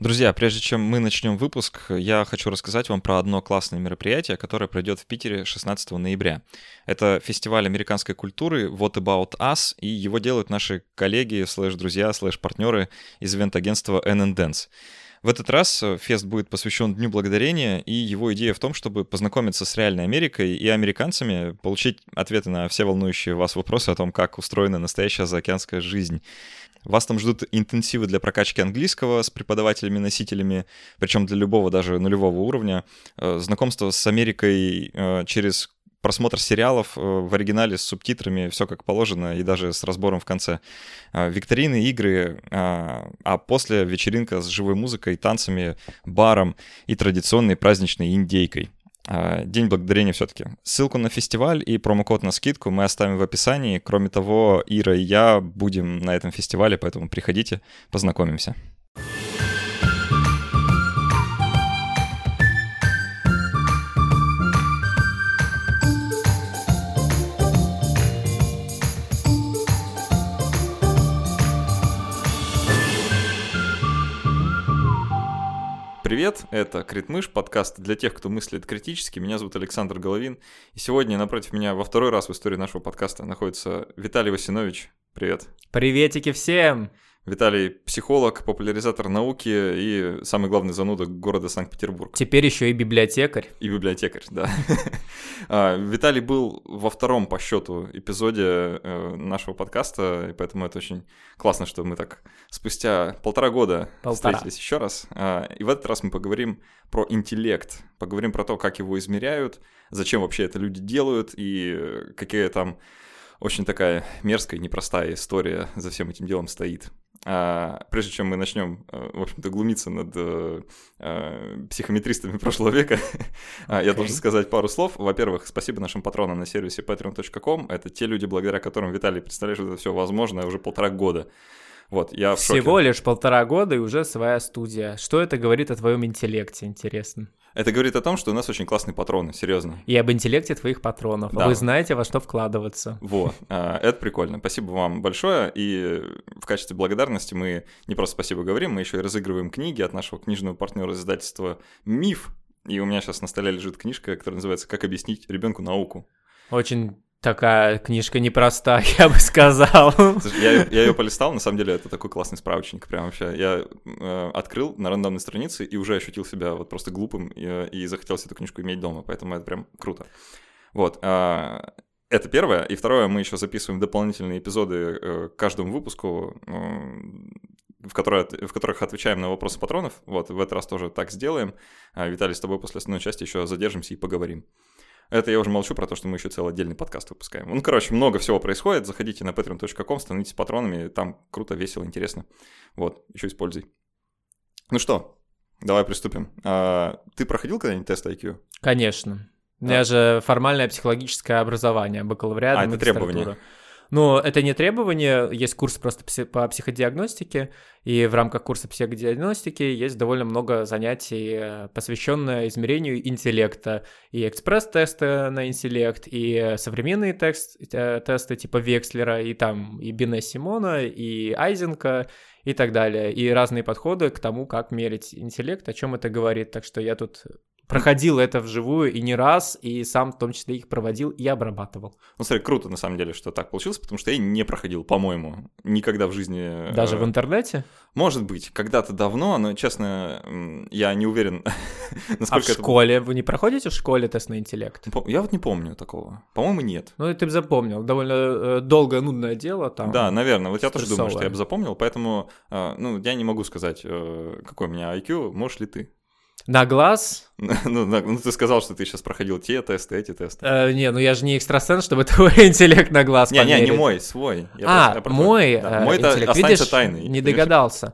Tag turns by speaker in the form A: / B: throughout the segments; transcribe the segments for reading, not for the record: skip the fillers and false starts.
A: Друзья, прежде чем мы начнем выпуск, я хочу рассказать вам про одно классное мероприятие, которое пройдет в Питере 16 ноября. Это фестиваль американской культуры What About Us, и его делают наши коллеги, друзья, партнеры из ивент-агентства N&Dance. В этот раз фест будет посвящен Дню Благодарения, и его идея в том, чтобы познакомиться с реальной Америкой и американцами, получить ответы на все волнующие вас вопросы о том, как устроена настоящая заокеанская жизнь. Вас там ждут интенсивы для прокачки английского с преподавателями-носителями, причем для любого, даже нулевого уровня, знакомство с Америкой через просмотр сериалов в оригинале с субтитрами, все как положено, и даже с разбором в конце. Викторины, игры, а после вечеринка с живой музыкой, танцами, баром и традиционной праздничной индейкой. День Благодарения все-таки. Ссылку на фестиваль и промокод на скидку мы оставим в описании. Кроме того, Ира и я будем на этом фестивале, поэтому приходите, познакомимся. Привет, это Критмыш, подкаст для тех, кто мыслит критически. Меня зовут Александр Головин. И сегодня напротив меня во второй раз в истории нашего подкаста находится Виталий Васинович. Привет.
B: Приветики всем!
A: Виталий – психолог, популяризатор науки и самый главный зануда города Санкт-Петербург.
B: Теперь еще и библиотекарь.
A: И библиотекарь, да. Виталий был во втором по счету эпизоде нашего подкаста, и поэтому это очень классно, что мы так спустя полтора года встретились еще раз. И в этот раз мы поговорим про интеллект, поговорим про то, как его измеряют, зачем вообще это люди делают и какая там очень такая мерзкая и непростая история за всем этим делом стоит. Прежде чем мы начнем, в общем-то, глумиться над психометристами прошлого века, я должен сказать пару слов. Во-первых, спасибо нашим патронам на сервисе patreon.com. Это те люди, благодаря которым, Виталий, представляешь, это все возможно уже 1,5 года. Вот, я в шоке.
B: Всего лишь 1,5 года и уже своя студия. Что это говорит о твоем интеллекте, интересно?
A: Это говорит о том, что у нас очень классные патроны, серьезно.
B: И об интеллекте твоих патронов. Да. Вы знаете, во что вкладываться.
A: Вот, это прикольно. Спасибо вам большое. И в качестве благодарности мы не просто спасибо говорим, мы еще и разыгрываем книги от нашего книжного партнера издательства «Миф». И у меня сейчас на столе лежит книжка, которая называется «Как объяснить ребенку науку».
B: Очень такая книжка непростая, я бы сказал.
A: Слушай, я ее полистал, на самом деле это такой классный справочник, прям вообще. Я открыл на рандомной странице и уже ощутил себя вот просто глупым и захотелось эту книжку иметь дома, поэтому это прям круто. Вот, это первое. И второе, мы еще записываем дополнительные эпизоды к каждому выпуску, в которых отвечаем на вопросы патронов. Вот, в этот раз тоже так сделаем. Виталий, с тобой после основной части еще задержимся и поговорим. Это я уже молчу про то, что мы еще целый отдельный подкаст выпускаем. Ну, короче, много всего происходит. Заходите на patreon.com, становитесь патронами. Там круто, весело, интересно. Вот, еще используй. Ну что, давай приступим. Ты проходил когда-нибудь тест IQ?
B: Конечно. У меня же формальное психологическое образование, бакалавриат,
A: это требование.
B: Ну, это не требование, есть курс просто по психодиагностике, и в рамках курса психодиагностики есть довольно много занятий, посвященных измерению интеллекта, и экспресс-тесты на интеллект, и современные тесты типа Векслера, и там и Бине-Симона, и Айзенка, и так далее, и разные подходы к тому, как мерить интеллект, о чем это говорит, так что я тут проходил это вживую и не раз, и сам в том числе их проводил и обрабатывал.
A: Ну, смотри, круто на самом деле, что так получилось, потому что я не проходил, по-моему, никогда в жизни.
B: Даже в интернете?
A: Может быть, когда-то давно, но, честно, я не уверен, насколько это...
B: А в школе? Вы не проходите в школе тест на интеллект?
A: Я вот не помню такого. По-моему, нет.
B: Ну, ты бы запомнил. Довольно долгое, нудное дело там.
A: Да, наверное. Вот я тоже думаю, что я бы запомнил, поэтому, я не могу сказать, какой у меня IQ, можешь ли ты?
B: На глаз?
A: Ну, ты сказал, что ты сейчас проходил те тесты, эти тесты.
B: Я же не экстрасенс, чтобы твой интеллект на глаз померить.
A: Не мой, свой.
B: Мой
A: интеллект, видишь, тайный.
B: Не догадался.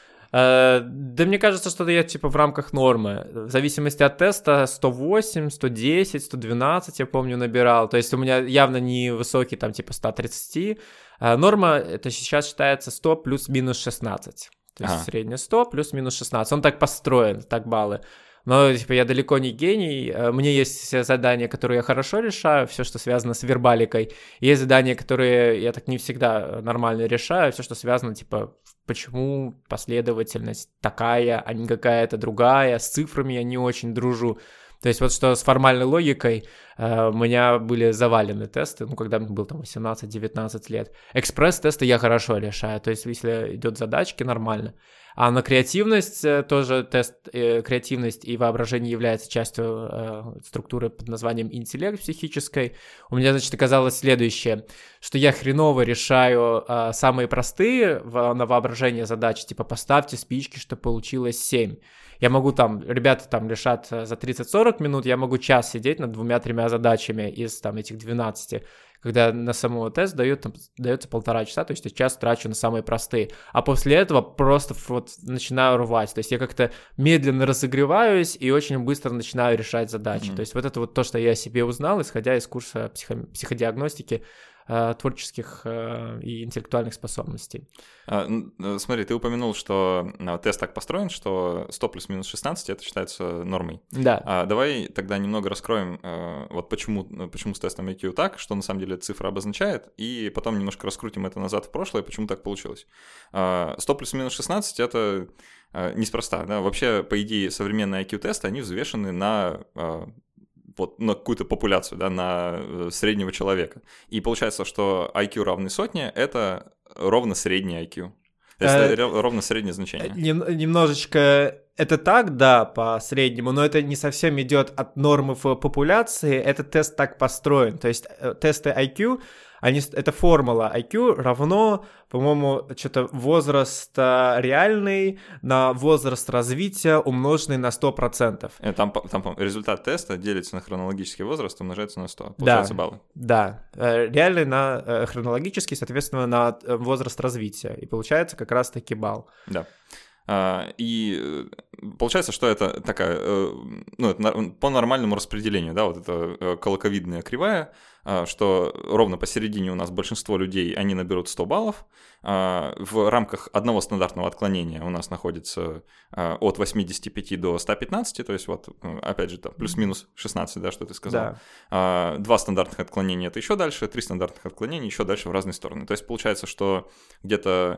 B: Да мне кажется, что я типа в рамках нормы. В зависимости от теста 108, 110, 112, я помню, набирал. То есть у меня явно не высокий, там типа 130. Норма, это сейчас считается 100 плюс-минус 16. То есть среднее 100 плюс-минус 16. Он так построен, так баллы. Но типа я далеко не гений. Мне есть все задания, которые я хорошо решаю, все, что связано с вербаликой. Есть задания, которые я так не всегда нормально решаю, все, что связано типа почему последовательность такая, а не какая-то другая, с цифрами я не очень дружу. То есть вот что с формальной логикой у меня были завалены тесты, когда мне было там 18-19 лет. Экспресс-тесты я хорошо решаю, то есть если идет задачки, нормально. А на креативность тоже тест креативность и воображение является частью структуры под названием интеллект психической. У меня, значит, оказалось следующее, что я хреново решаю самые простые на воображение задачи, типа поставьте спички, чтобы получилось 7. Я могу ребята решат за 30-40 минут, я могу час сидеть над 2-3 задачами из этих 12, когда на самого тест дается 1,5 часа, то есть я час трачу на самые простые, а после этого просто начинаю рвать, то есть я как-то медленно разогреваюсь и очень быстро начинаю решать задачи, то есть это то, что я о себе узнал, исходя из курса психодиагностики творческих и интеллектуальных способностей.
A: Смотри, ты упомянул, что тест так построен, что 100 плюс-минус 16 это считается нормой.
B: Да.
A: Давай тогда немного раскроем, почему с тестом IQ так, что на самом деле цифра обозначает, и потом немножко раскрутим это назад в прошлое, почему так получилось. 100 плюс-минус 16 это неспроста, да? Вообще, по идее, современные IQ-тесты, они взвешены на какую-то популяцию, да, на среднего человека. И получается, что IQ равный 100 — это ровно средний IQ. То есть ровно среднее значение.
B: Немножечко это так, да, по среднему, но это не совсем идет от нормы в популяции, этот тест так построен. То есть тесты IQ, это формула IQ равно, по-моему, что-то возраст реальный на возраст развития, умноженный на 100%.
A: Там результат теста делится на хронологический возраст, умножается на 100. Получается баллы.
B: Да, реальный на хронологический, соответственно, на возраст развития. И получается как раз-таки балл.
A: Да. И получается, что это такая, это по нормальному распределению, да, вот это колоковидная кривая, что ровно посередине у нас большинство людей, они наберут 100 баллов, в рамках одного стандартного отклонения у нас находится от 85 до 115, то есть опять же, плюс-минус 16, да, что ты сказал. Да. 2 стандартных отклонения — это еще дальше, 3 стандартных отклонения еще дальше в разные стороны. То есть получается, что где-то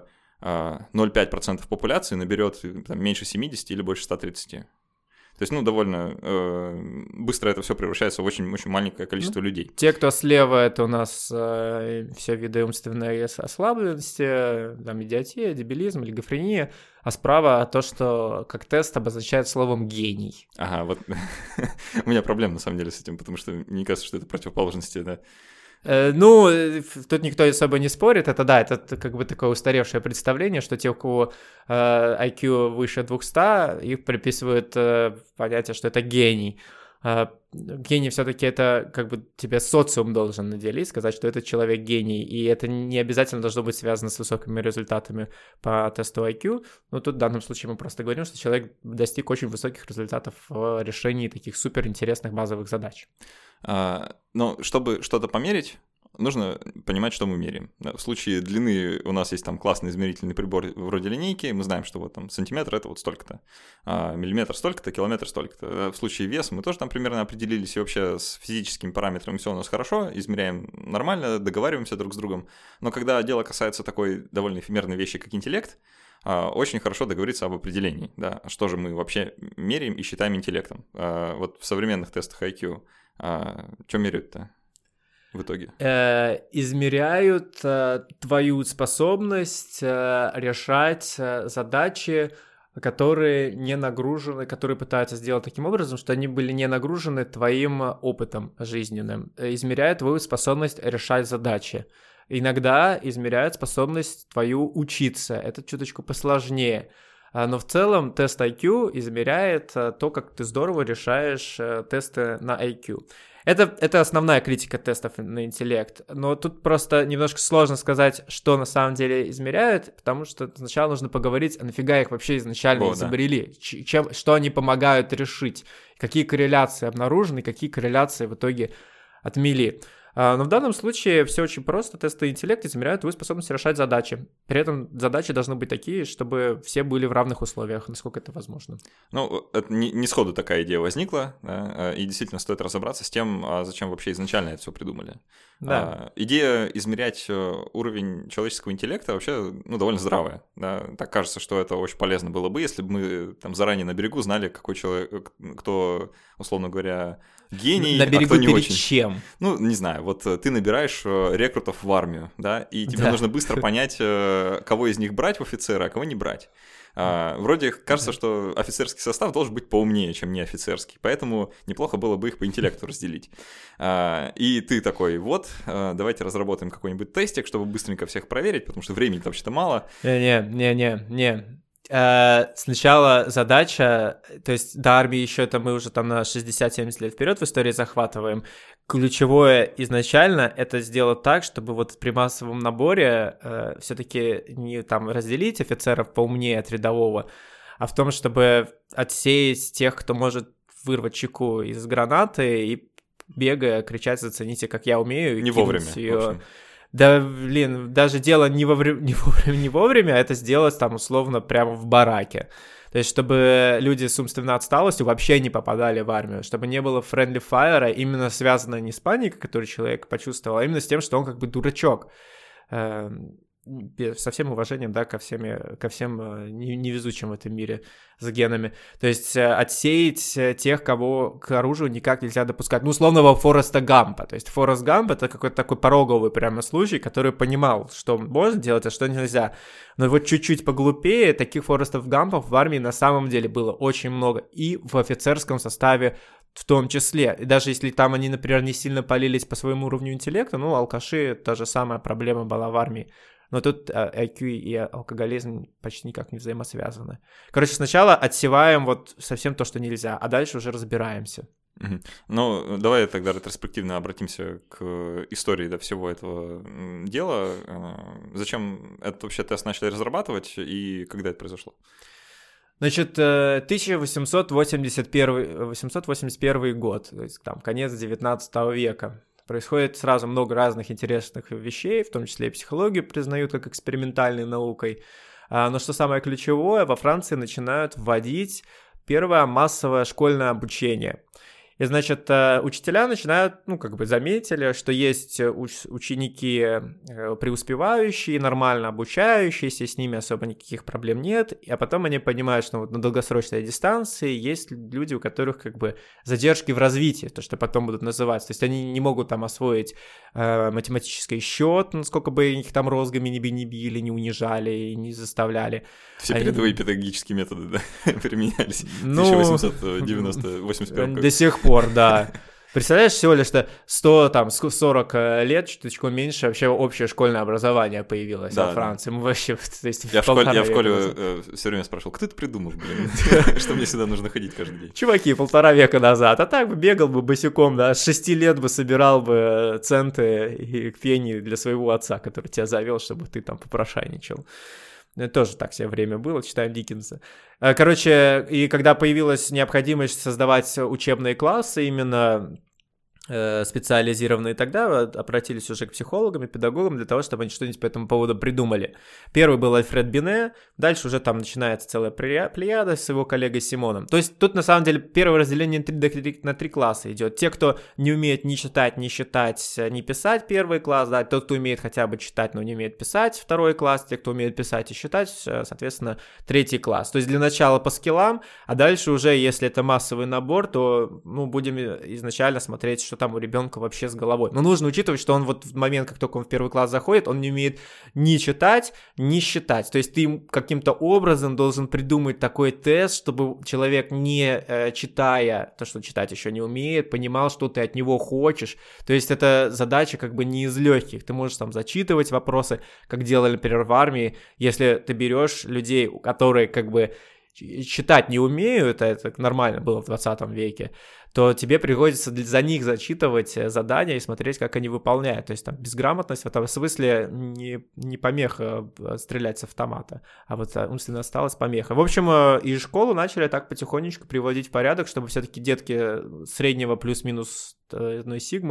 A: 0,5% популяции наберет меньше 70 или больше 130. То есть, довольно быстро это все превращается в очень-очень маленькое количество людей.
B: Те, кто слева, это у нас все виды умственной ослабленности, идиотия, дебилизм, олигофрения, а справа то, что как тест обозначает словом «гений».
A: Ага, у меня проблема на самом деле с этим, потому что мне кажется, что это противоположности, да.
B: Тут никто особо не спорит, это как бы такое устаревшее представление, что те, у кого IQ выше 200, их приписывают понятие, что это гений. Гений все-таки это как бы тебе социум должен наделить, сказать, что этот человек гений, и это не обязательно должно быть связано с высокими результатами по тесту IQ. Тут в данном случае мы просто говорим, что человек достиг очень высоких результатов в решении таких суперинтересных базовых задач.
A: Но чтобы что-то померить, нужно понимать, что мы меряем. В случае длины у нас есть классный измерительный прибор вроде линейки, мы знаем, что сантиметр — это столько-то, миллиметр — столько-то, километр — столько-то. В случае веса мы тоже примерно определились, и вообще с физическими параметрами все у нас хорошо, измеряем нормально, договариваемся друг с другом. Но когда дело касается такой довольно эфемерной вещи, как интеллект, очень хорошо договориться об определении, да, что же мы вообще меряем и считаем интеллектом. В современных тестах IQ что меряют-то в итоге?
B: Измеряют твою способность решать задачи, которые не нагружены, которые пытаются сделать таким образом, что они были не нагружены твоим опытом жизненным. Измеряют твою способность решать задачи. Иногда измеряют способность твою учиться. Это чуточку посложнее. Но в целом тест IQ измеряет то, как ты здорово решаешь тесты на IQ. Это основная критика тестов на интеллект, но тут просто немножко сложно сказать, что на самом деле измеряют, потому что сначала нужно поговорить, а нафига их вообще изначально изобрели, что они помогают решить, какие корреляции обнаружены, какие корреляции в итоге отмели. Но в данном случае все очень просто. Тесты интеллекта измеряют твою способность решать задачи. При этом задачи должны быть такие, чтобы все были в равных условиях, насколько это возможно.
A: Ну, это не сходу такая идея возникла, да, и действительно стоит разобраться с тем, зачем вообще изначально это все придумали.
B: Да.
A: Идея измерять уровень человеческого интеллекта вообще, ну, довольно здравая. Да. Так кажется, что это очень полезно было бы, если бы мы там заранее на берегу знали, какой человек, кто, условно говоря, гений,
B: на берегу
A: а кто не
B: перед
A: очень.
B: чем?
A: Ну, не знаю, вот ты набираешь рекрутов в армию, да, и тебе нужно быстро понять, кого из них брать в офицеры, а кого не брать. Вроде кажется, что офицерский состав должен быть поумнее, чем не офицерский, поэтому неплохо было бы их по интеллекту разделить. И ты такой, вот, давайте разработаем какой-нибудь тестик, чтобы быстренько всех проверить, потому что времени-то вообще-то мало.
B: Не. Сначала задача, то есть до армии еще это мы уже там на 60-70 лет вперед в истории захватываем. Ключевое изначально это сделать так, чтобы вот при массовом наборе все-таки не там разделить офицеров поумнее от рядового, а в том, чтобы отсеять тех, кто может вырвать чеку из гранаты и бегая кричать «Зацените, как я умею!» и
A: не вовремя,
B: ее... Да, блин, даже дело не вовремя, а это сделать там условно прямо в бараке. То есть, чтобы люди с умственной отсталостью вообще не попадали в армию, чтобы не было friendly fire, именно связано не с паникой, которую человек почувствовал, а именно с тем, что он как бы дурачок. Со всем уважением, да, ко всем невезучим в этом мире с генами. То есть отсеять тех, кого к оружию никак нельзя допускать. Ну, условного Фореста Гампа. То есть Форест Гамп — это какой-то такой пороговый прямо случай, который понимал, что можно делать, а что нельзя. Но вот чуть-чуть поглупее таких Форестов Гампов в армии на самом деле было очень много. И в офицерском составе в том числе. И даже если там они, например, не сильно палились по своему уровню интеллекта, ну, алкаши — та же самая проблема была в армии. Но тут IQ и алкоголизм почти никак не взаимосвязаны. Короче, сначала отсеваем вот совсем то, что нельзя, а дальше уже разбираемся.
A: Ну, давай тогда ретроспективно обратимся к истории всего этого дела. Зачем этот вообще тест начали разрабатывать и когда это произошло?
B: Значит, 1881 год, то есть там конец 19 века. Происходит сразу много разных интересных вещей, в том числе и психологию признают как экспериментальной наукой. Но что самое ключевое, во Франции начинают вводить первое массовое школьное обучение. И, значит, учителя начинают, заметили, что есть ученики преуспевающие, нормально обучающиеся, с ними особо никаких проблем нет, а потом они понимают, что вот на долгосрочной дистанции есть люди, у которых задержки в развитии, то, что потом будут называться, то есть они не могут там освоить математический счет, сколько бы их там розгами не били, не унижали, не заставляли.
A: Все передовые педагогические методы, да, применялись в 1881 году.
B: До сих пор, да. Представляешь, всего лишь 140 лет, чуточку меньше, вообще общее школьное образование появилось во Франции. Мы вообще, то есть,
A: я в школе все время спрашивал, кто это придумал, блин, что мне сюда нужно ходить каждый день?
B: Чуваки, 1,5 века назад, а так бы бегал бы босиком, да, с 6 лет бы собирал бы центы и пени для своего отца, который тебя завел, чтобы ты там попрошайничал. Тоже так себе время было, читаем Диккенса. Короче, и когда появилась необходимость создавать учебные классы, именно специализированные, тогда обратились уже к психологам и педагогам для того, чтобы они что-нибудь по этому поводу придумали. Первый был Альфред Бине, дальше уже там начинается целая плеяда с его коллегой Симоном. То есть тут на самом деле первое разделение на 3 класса идет. Те, кто не умеет ни читать, ни считать, ни писать, первый класс, да, тот, кто умеет хотя бы читать, но не умеет писать, второй класс, те, кто умеет писать и считать, соответственно, 3 класс. То есть для начала по скиллам, а дальше уже, если это массовый набор, то будем изначально смотреть, что там у ребенка вообще с головой. Но нужно учитывать, что он вот в момент, как только он в первый класс заходит, он не умеет ни читать, ни считать. То есть ты каким-то образом должен придумать такой тест, чтобы человек, не читая то, что читать еще не умеет, понимал, что ты от него хочешь. То есть это задача не из легких. Ты можешь там зачитывать вопросы, как делали, например, в армии. Если ты берешь людей, которые читать не умеют, это нормально было в 20 веке, то тебе приходится за них зачитывать задания и смотреть, как они выполняют. То есть там безграмотность в этом смысле не помеха стрелять с автомата, а вот умственно осталась помеха. В общем, и школу начали так потихонечку приводить в порядок, чтобы все-таки детки среднего плюс-минус 1 сигмы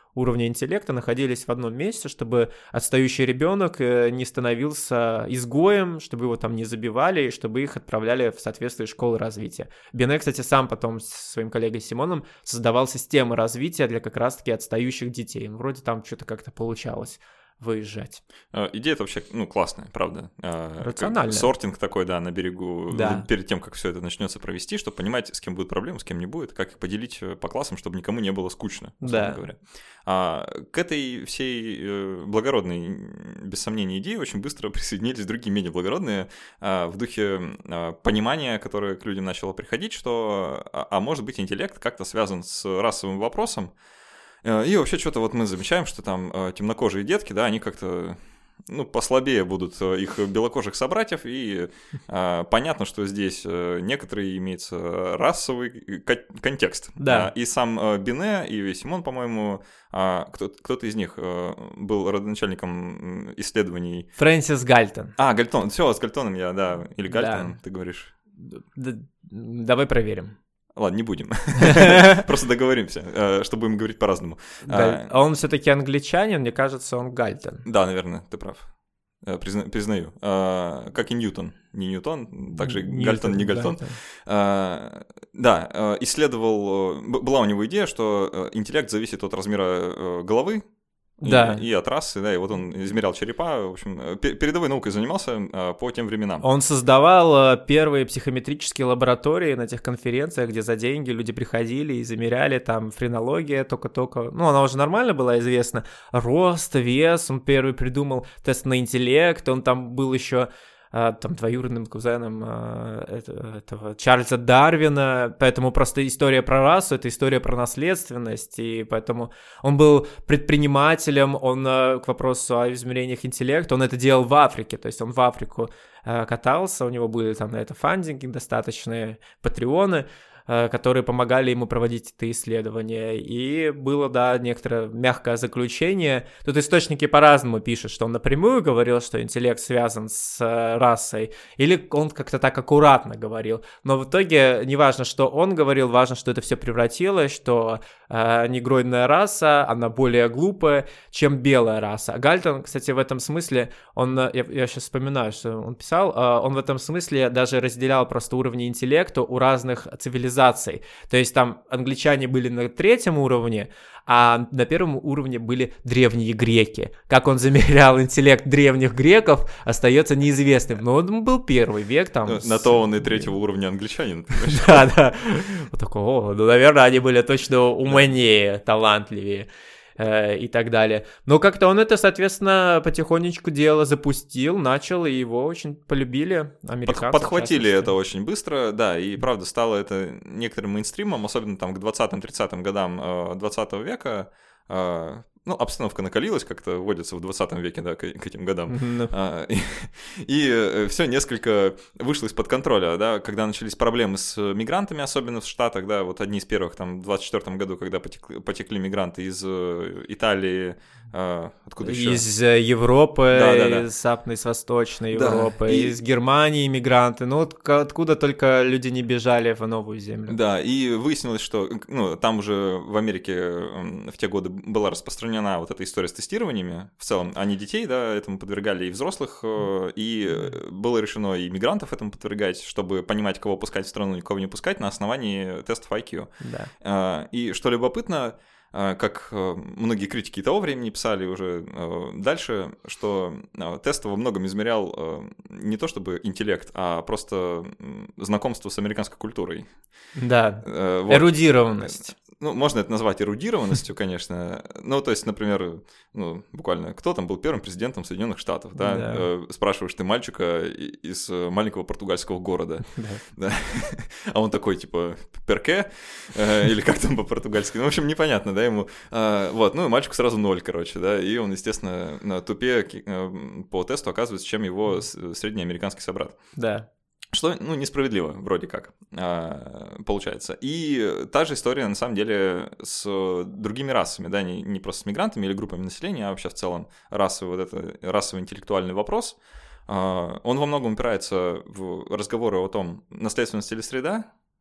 B: уровня интеллекта находились в одном месте, чтобы отстающий ребенок не становился изгоем, чтобы его там не забивали, и чтобы их отправляли в соответствующие школы развития. Бене, кстати, сам потом с своим коллегой Симоном создавал системы развития для как раз-таки отстающих детей. Вроде там что-то как-то получалось выезжать.
A: Идея-то вообще, классная, правда.
B: Рациональная.
A: Сортинг такой, да, на берегу,
B: да.
A: Перед тем, как все это начнется провести, чтобы понимать, с кем будут проблемы, с кем не будет, как их поделить по классам, чтобы никому не было скучно,
B: да.
A: говоря. К этой всей благородной, без сомнения, идее очень быстро присоединились другие менее благородные в духе понимания, которое к людям начало приходить, что, может быть, интеллект как-то связан с расовым вопросом. И вообще что-то вот мы замечаем, что там темнокожие детки, да, они как-то, послабее будут их белокожих собратьев, и понятно, что здесь некоторый имеется расовый контекст.
B: Да.
A: И сам Бене, и Симон, по-моему, кто-то из них был родоначальником исследований.
B: Фрэнсис Гальтон.
A: Гальтон, все, с Гальтоном или Гальтоном,
B: да.
A: Ты говоришь.
B: Давай проверим.
A: Ладно, не будем. Просто договоримся, что будем говорить по-разному.
B: Он все-таки англичанин, мне кажется, он Гальтон.
A: Да, наверное, ты прав. Признаю. Как и Ньютон. Не Ньютон, также Гальтон, не Гальтон. Да, исследовал... Была у него идея, что интеллект зависит от размера головы, и от расы, да, и вот он измерял черепа, в общем, передовой наукой занимался по тем временам.
B: Он создавал первые психометрические лаборатории на тех конференциях, где за деньги люди приходили и замеряли, там, френология только-только, она уже нормально была известна, рост, вес, он первый придумал тест на интеллект, он там был еще... там двоюродным кузеном этого Чарльза Дарвина, поэтому просто история про расу — это история про наследственность, и поэтому он был предпринимателем, он к вопросу о измерениях интеллекта, он это делал в Африке, то есть он в Африку катался, у него были там на это фандинги достаточные, патреоны, которые помогали ему проводить это исследование. И было, да, некоторое мягкое заключение. Тут источники по-разному пишут, что он напрямую говорил, что интеллект связан с расой, или он как-то так аккуратно говорил. Но в итоге неважно, что он говорил, важно, что это все превратилось, что негроидная раса, она более глупая, чем белая раса. Гальтон, кстати, в этом смысле, я сейчас вспоминаю, что он писал, он в этом смысле даже разделял просто уровни интеллекта у разных цивилизаций. То есть там англичане были на 3-м уровне, а на 1-м уровне были древние греки. Как он замерял интеллект древних греков, остается неизвестным. Но он был 1 век там.
A: На то он и 3-го уровня англичанин.
B: Да. Вот такого, наверное, они были точно умнее, талантливее. И так далее. Но как-то он это, соответственно, потихонечку дело запустил, начал, и его очень полюбили американцы.
A: Подхватили это очень быстро, да, и правда стало это некоторым мейнстримом, особенно там к 20-30 годам 20 века. Обстановка накалилась, как-то водится в 20 веке, да, к этим годам. И все несколько вышло из-под контроля, да, когда начались проблемы с мигрантами, особенно в Штатах, да, вот одни из первых, там, в 24 году, когда потекли мигранты из Италии, откуда еще?
B: Из Европы, из Западной, с Восточной Европы, из Германии мигранты, откуда только люди не бежали в новую землю.
A: Да, и выяснилось, что, там уже в Америке в те годы была распространена вот эта история с тестированиями, в целом, они детей, да, этому подвергали, и взрослых, и было решено и мигрантов этому подвергать, чтобы понимать, кого пускать в страну и кого не пускать на основании тестов IQ.
B: Да.
A: И что любопытно, как многие критики того времени писали уже дальше, что тест во многом измерял не то чтобы интеллект, а просто знакомство с американской культурой.
B: Да, эрудированность.
A: Можно это назвать эрудированностью, конечно. То есть, например, буквально, кто там был первым президентом Соединенных Штатов, да? Спрашиваешь ты мальчика из маленького португальского города. Да. А он такой, типа, перке? Или как там по-португальски? В общем, непонятно, да, ему. И мальчику сразу 0, короче, да, и он, естественно, тупее по тесту оказывается, чем его среднеамериканский собрат.
B: Да.
A: Что, несправедливо, вроде как, получается. И та же история, на самом деле, с другими расами, да, не просто с мигрантами или группами населения, а вообще в целом расовый интеллектуальный вопрос. Он во многом упирается в разговоры о том, наследственность или среда,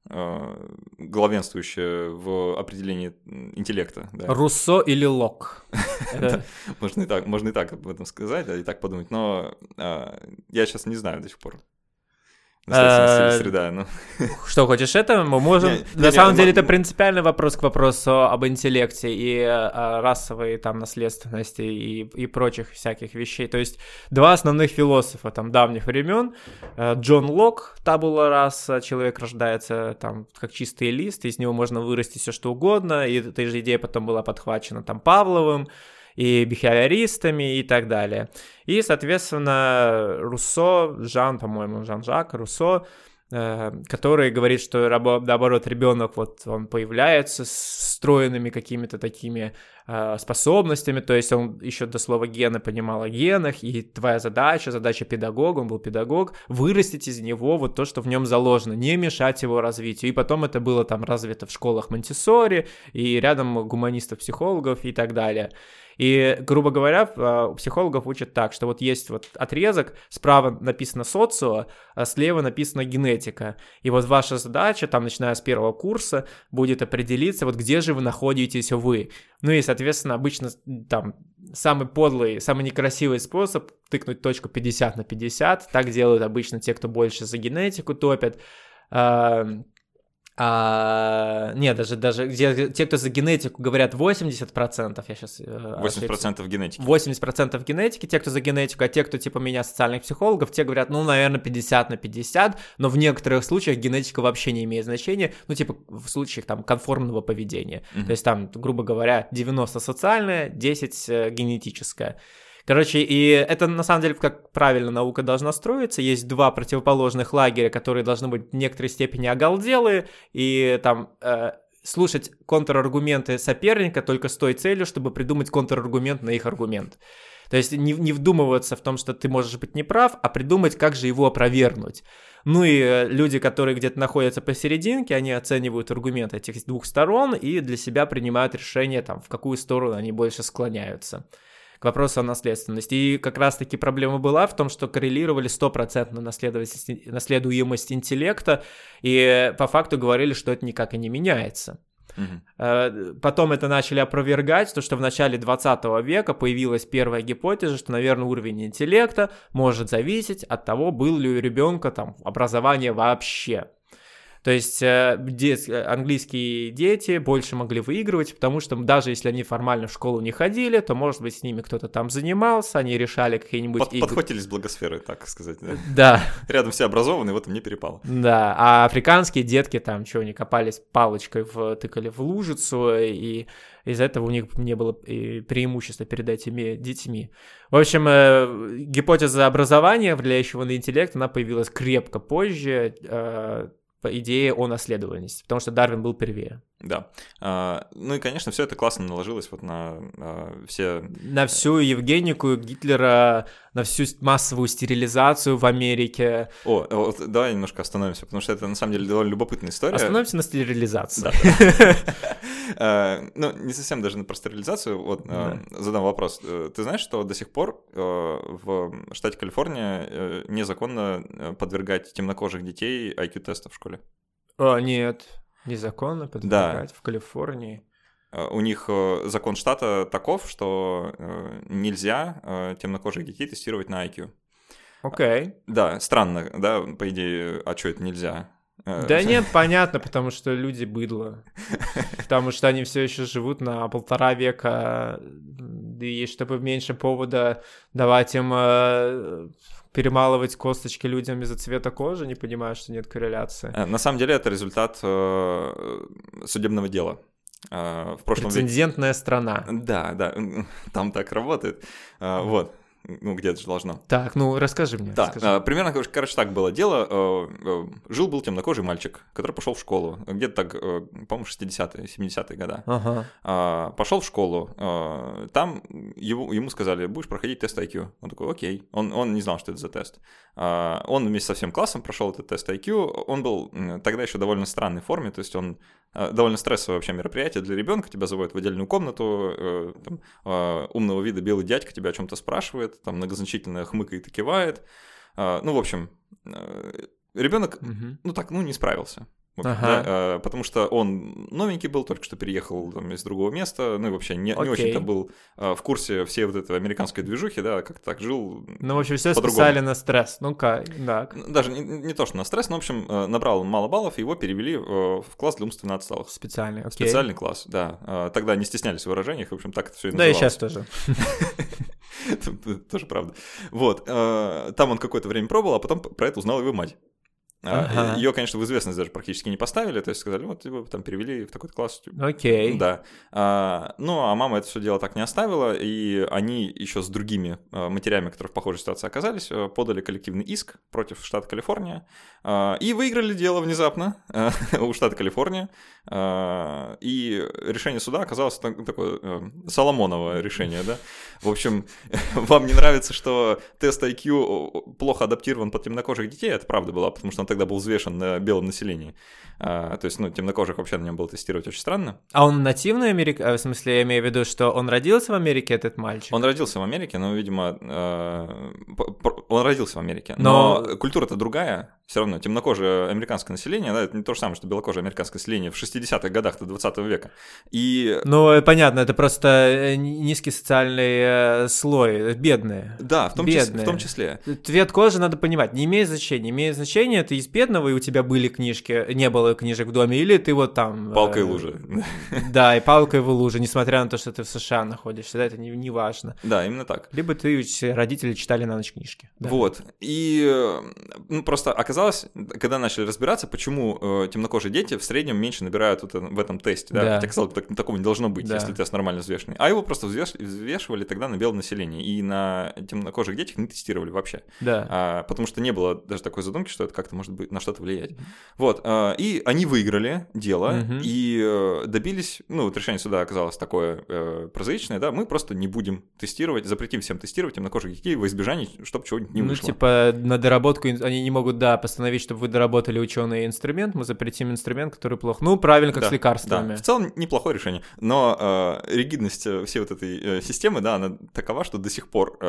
A: главенствующее в определении интеллекта. Да.
B: Руссо или Лок?
A: Можно и так об этом сказать, и так подумать, но я сейчас не знаю до сих пор. Среда, ну.
B: Что, хочешь это? Мы можем... На самом деле это принципиальный вопрос к вопросу об интеллекте и расовой там наследственности и прочих всяких вещей. То есть два основных философа там давних времен. Джон Лок, табула раса, человек рождается там как чистый лист, из него можно вырасти все что угодно, и эта же идея потом была подхвачена там Павловым и бихевиористами и так далее. И, соответственно, Руссо, Жан-Жак Руссо, который говорит, что, наоборот, ребенок вот он появляется с встроенными какими-то такими способностями, то есть он еще до слова гены понимал о генах, и твоя задача педагога, он был педагог, вырастить из него вот то, что в нем заложено, не мешать его развитию. И потом это было там развито в школах Монтессори, и рядом гуманистов, психологов и так далее. И, грубо говоря, у психологов учат так, что вот есть вот отрезок, справа написано социо, а слева написано генетика. И вот ваша задача, там, начиная с первого курса, будет определиться, вот где же вы находитесь вы. Ну и, соответственно, обычно там самый подлый, самый некрасивый способ тыкнуть точку 50 на 50. Так делают обычно те, кто больше за генетику топят. Нет, даже те, кто за генетику говорят 80%, я сейчас...
A: 80% генетики.
B: 80% генетики, те, кто за генетику, а те, кто типа меня, социальных психологов, те говорят, ну, наверное, 50 на 50, но в некоторых случаях генетика вообще не имеет значения, ну, типа в случаях там конформного поведения. То есть там, грубо говоря, 90 социальное, 10 генетическое. Короче, и это на самом деле, как правильно наука должна строиться. Есть два противоположных лагеря, которые должны быть в некоторой степени оголделые, и там слушать контраргументы соперника только с той целью, чтобы придумать контраргумент на их аргумент. То есть не вдумываться в том, что ты можешь быть неправ, а придумать, как же его опровергнуть. Ну и люди, которые где-то находятся посерединке, они оценивают аргументы этих двух сторон и для себя принимают решение, там, в какую сторону они больше склоняются. К вопросу о наследственности. И как раз-таки проблема была в том, что коррелировали 100% наследуемость интеллекта, и по факту говорили, что это никак и не меняется. Потом это начали опровергать, то что в начале 20 века появилась первая гипотеза, что, наверное, уровень интеллекта может зависеть от того, был ли у ребенка там образование вообще. То есть английские дети больше могли выигрывать, потому что даже если они формально в школу не ходили, то, может быть, с ними кто-то там занимался, они решали какие-нибудь игры.
A: Подхватились благосферы, так сказать.
B: Да.
A: Рядом все образованные, вот им не перепало.
B: Да, а африканские детки там, что, они копались палочкой, тыкали в лужицу, и из-за этого у них не было преимущества перед этими детьми. В общем, гипотеза образования, влияющего на интеллект, она появилась крепко позже, по идее о наследованности, потому что Дарвин был первее.
A: Да. Ну и, конечно, все это классно наложилось вот на все...
B: На всю Евгенику Гитлера, на всю массовую стерилизацию в Америке.
A: Вот, давай немножко остановимся, потому что это, на самом деле, довольно любопытная история.
B: Остановимся на стерилизации.
A: Ну, не совсем даже про стерилизацию. Вот задам вопрос. Ты знаешь, что до сих пор в штате Калифорния незаконно подвергать темнокожих детей IQ-тестам в школе?
B: Нет. Незаконно подвергать в Калифорнии.
A: У них закон штата таков, что нельзя темнокожих детей тестировать на IQ.
B: Окей.
A: Да, странно, да, по идее, а что это нельзя?
B: Да нет, понятно, потому что люди быдло. Потому что они все еще живут на 1,5 века, и чтобы меньше повода давать им перемалывать косточки людям из-за цвета кожи, не понимаю, что нет корреляции.
A: На самом деле это результат судебного дела. В прошлом
B: Прецедентная страна.
A: Да, там так работает. Вот. Ну, где-то же должно.
B: Так, ну, расскажи мне.
A: Да, примерно, короче, так было дело. Жил-был темнокожий мальчик, который пошел в школу. Где-то так, по-моему, 60-е, 70-е годы.
B: Ага.
A: Пошел в школу. Там ему сказали, будешь проходить тест IQ. Он такой, окей. Он не знал, что это за тест. Он вместе со всем классом прошел этот тест IQ. Он был тогда еще в довольно странной форме, то есть он довольно стрессовое вообще мероприятие для ребенка. Тебя заводят в отдельную комнату, там, умного вида белый дядька тебя о чем-то спрашивает, там многозначительно хмыкает и кивает. Ну, в общем, ребенок, не справился. Да, потому что он новенький был, только что переехал там, из другого места, ну и вообще не очень-то был в курсе всей вот этой американской движухи, да, как-то так жил.
B: Ну, в общем, все списали на стресс, ну-ка, да.
A: Даже не то, что на стресс, но, в общем, набрал мало баллов, и его перевели в класс для умственно отсталых.
B: Специальный, окей.
A: Специальный класс, да. Тогда не стеснялись в выражениях, в общем, так это все и
B: называлось.
A: Да,
B: и сейчас тоже.
A: Тоже правда. Вот. Там он какое-то время пробовал, а потом про это узнала его мать. Ее, конечно, в известность даже практически не поставили, то есть сказали, вот его там перевели в такой-то класс.
B: Окей.
A: Да. Ну, а мама это все дело так не оставила, и они еще с другими матерями, которые в похожей ситуации оказались, подали коллективный иск против штата Калифорния и выиграли дело внезапно у штата Калифорния. И решение суда оказалось такое Соломоново решение, да. В общем, вам не нравится, что тест IQ плохо адаптирован под темнокожих детей? Это правда была, потому что он тогда был взвешен на белом населении. То есть, ну, темнокожих вообще на нем было тестировать очень странно.
B: А он нативный американец? В смысле, я имею в виду, что он родился в Америке, этот мальчик?
A: Он родился в Америке, но, видимо, он родился в Америке. Но культура-то другая. Все равно темнокожее американское население, да, это не то же самое, что белокожее американское население в 60-х годах 20 века. И...
B: Ну, понятно, это просто низкий социальный слой, бедные.
A: Да, в том числе.
B: Цвет кожи надо понимать, не имеет значения. Имеет значение, ты из бедного, и у тебя были книжки, не было книжек в доме, или ты вот там...
A: Палкой в луже.
B: Да, и палкой в луже, несмотря на то, что ты в США находишься, да, это не важно.
A: Да, именно так.
B: Либо родители читали на ночь книжки. Да.
A: Вот, и просто оказалось, когда начали разбираться, почему темнокожие дети в среднем меньше набирают в этом тесте, да? Хотя, казалось бы, такого не должно быть, если тест нормально взвешенный. А его просто взвешивали тогда на белом населении, и на темнокожих детях не тестировали вообще.
B: Да.
A: Потому что не было даже такой задумки, что это как-то может быть на что-то влиять. Вот, и они выиграли дело, и добились, ну, вот решение суда оказалось такое прозаичное, да, мы просто не будем тестировать, запретим всем тестировать темнокожих детей во избежание, чтобы чего-нибудь не вышло.
B: Ну, типа, на доработку они не могут, постановить, чтобы вы доработали ученый инструмент, мы запретим инструмент, который плох. Ну, правильно, как с лекарствами.
A: Да. В целом, неплохое решение, но ригидность всей вот этой системы, да, она такова, что до сих пор...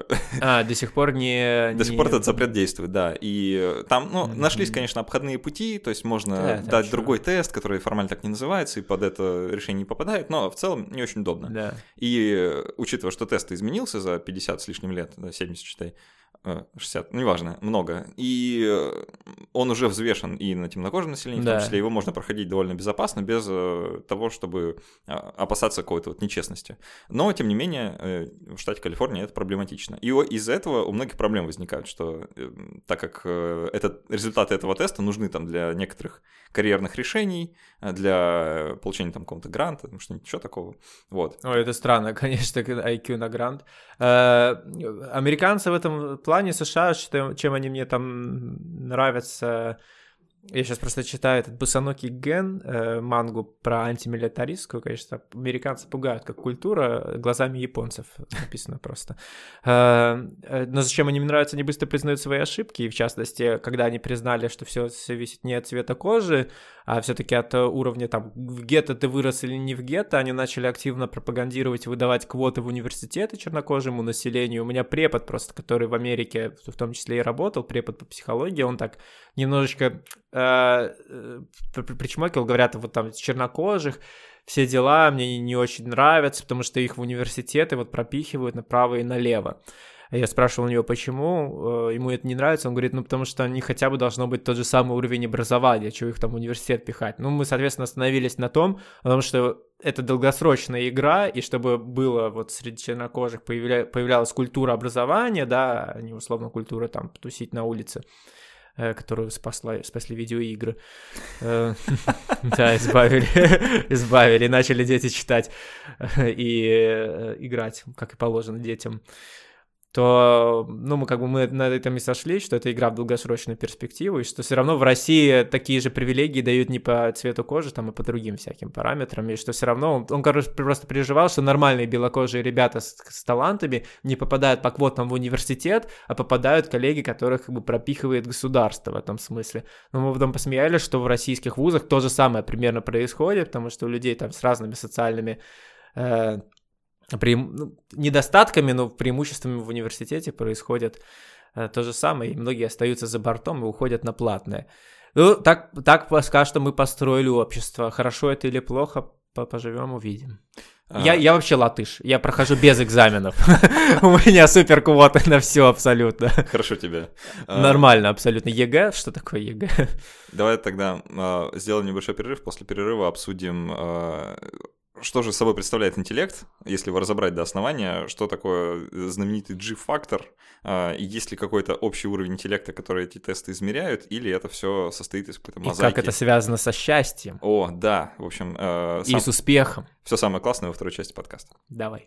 B: до сих пор не...
A: До сих пор этот запрет действует, да, и там, ну, нашлись, конечно, обходные пути, то есть можно дать другой тест, который формально так не называется, и под это решение не попадает, но в целом не очень удобно.
B: Да.
A: И учитывая, что тест изменился за 50 с лишним лет, 70, считай, 60, неважно, много. И он уже взвешен и на темнокожее население, в том числе его можно проходить довольно безопасно, без того, чтобы опасаться какой-то вот нечестности. Но, тем не менее, в штате Калифорния это проблематично. И из-за этого у многих проблем возникают, что так как результаты этого теста нужны там для некоторых карьерных решений, для получения там какого-то гранта, что-нибудь еще такого. Вот.
B: Ой, это странно, конечно, IQ на грант. Американцы в этом плане США, чем они мне там нравятся... Я сейчас просто читаю этот «Босоногий Ген», мангу про антимилитаристскую, конечно, американцы пугают как культура, глазами японцев написано просто. Но зачем они мне нравятся, они быстро признают свои ошибки, и в частности, когда они признали, что все зависит не от цвета кожи, а все-таки от уровня, там, в гетто ты вырос или не в гетто, они начали активно пропагандировать, выдавать квоты в университеты чернокожему населению. У меня препод просто, который в Америке в том числе и работал, препод по психологии, он так немножечко причмокивал, говорят, вот там чернокожих, все дела мне не очень нравятся, потому что их в университеты вот пропихивают направо и налево. Я спрашивал у него, почему ему это не нравится, он говорит, ну, потому что они хотя бы должно быть тот же самый уровень образования, чего их там в университет пихать. Ну, мы, соответственно, остановились на том, потому что это долгосрочная игра, и чтобы было вот среди чернокожих появлялась культура образования, да, а не условно культура там потусить на улице, которую спасли видеоигры. Да, избавили, начали дети читать и играть, как и положено детям. То, ну, мы на этом и сошлись, что это игра в долгосрочную перспективу, и что все равно в России такие же привилегии дают не по цвету кожи, там, и по другим всяким параметрам, и что все равно он короче, просто переживал, что нормальные белокожие ребята с талантами не попадают по квотам в университет, а попадают коллеги, которых как бы пропихивает государство в этом смысле. Но мы потом посмеялись, что в российских вузах то же самое примерно происходит, потому что у людей там с разными социальными... недостатками, но преимуществами в университете происходит то же самое, и многие остаются за бортом и уходят на платное. Ну, так пока что мы построили общество. Хорошо это или плохо, поживем, увидим. Я вообще латыш, я прохожу без экзаменов. У меня супер квоты на все абсолютно.
A: Хорошо тебе.
B: Нормально абсолютно. ЕГЭ? Что такое ЕГЭ?
A: Давай тогда сделаем небольшой перерыв. После перерыва обсудим, что же собой представляет интеллект, если его разобрать до основания, что такое знаменитый G-фактор, и есть ли какой-то общий уровень интеллекта, который эти тесты измеряют, или это все состоит из какой-то мозаики.
B: И как это связано со счастьем.
A: О, да, в общем...
B: И с успехом.
A: Все самое классное во второй части подкаста.
B: Давай.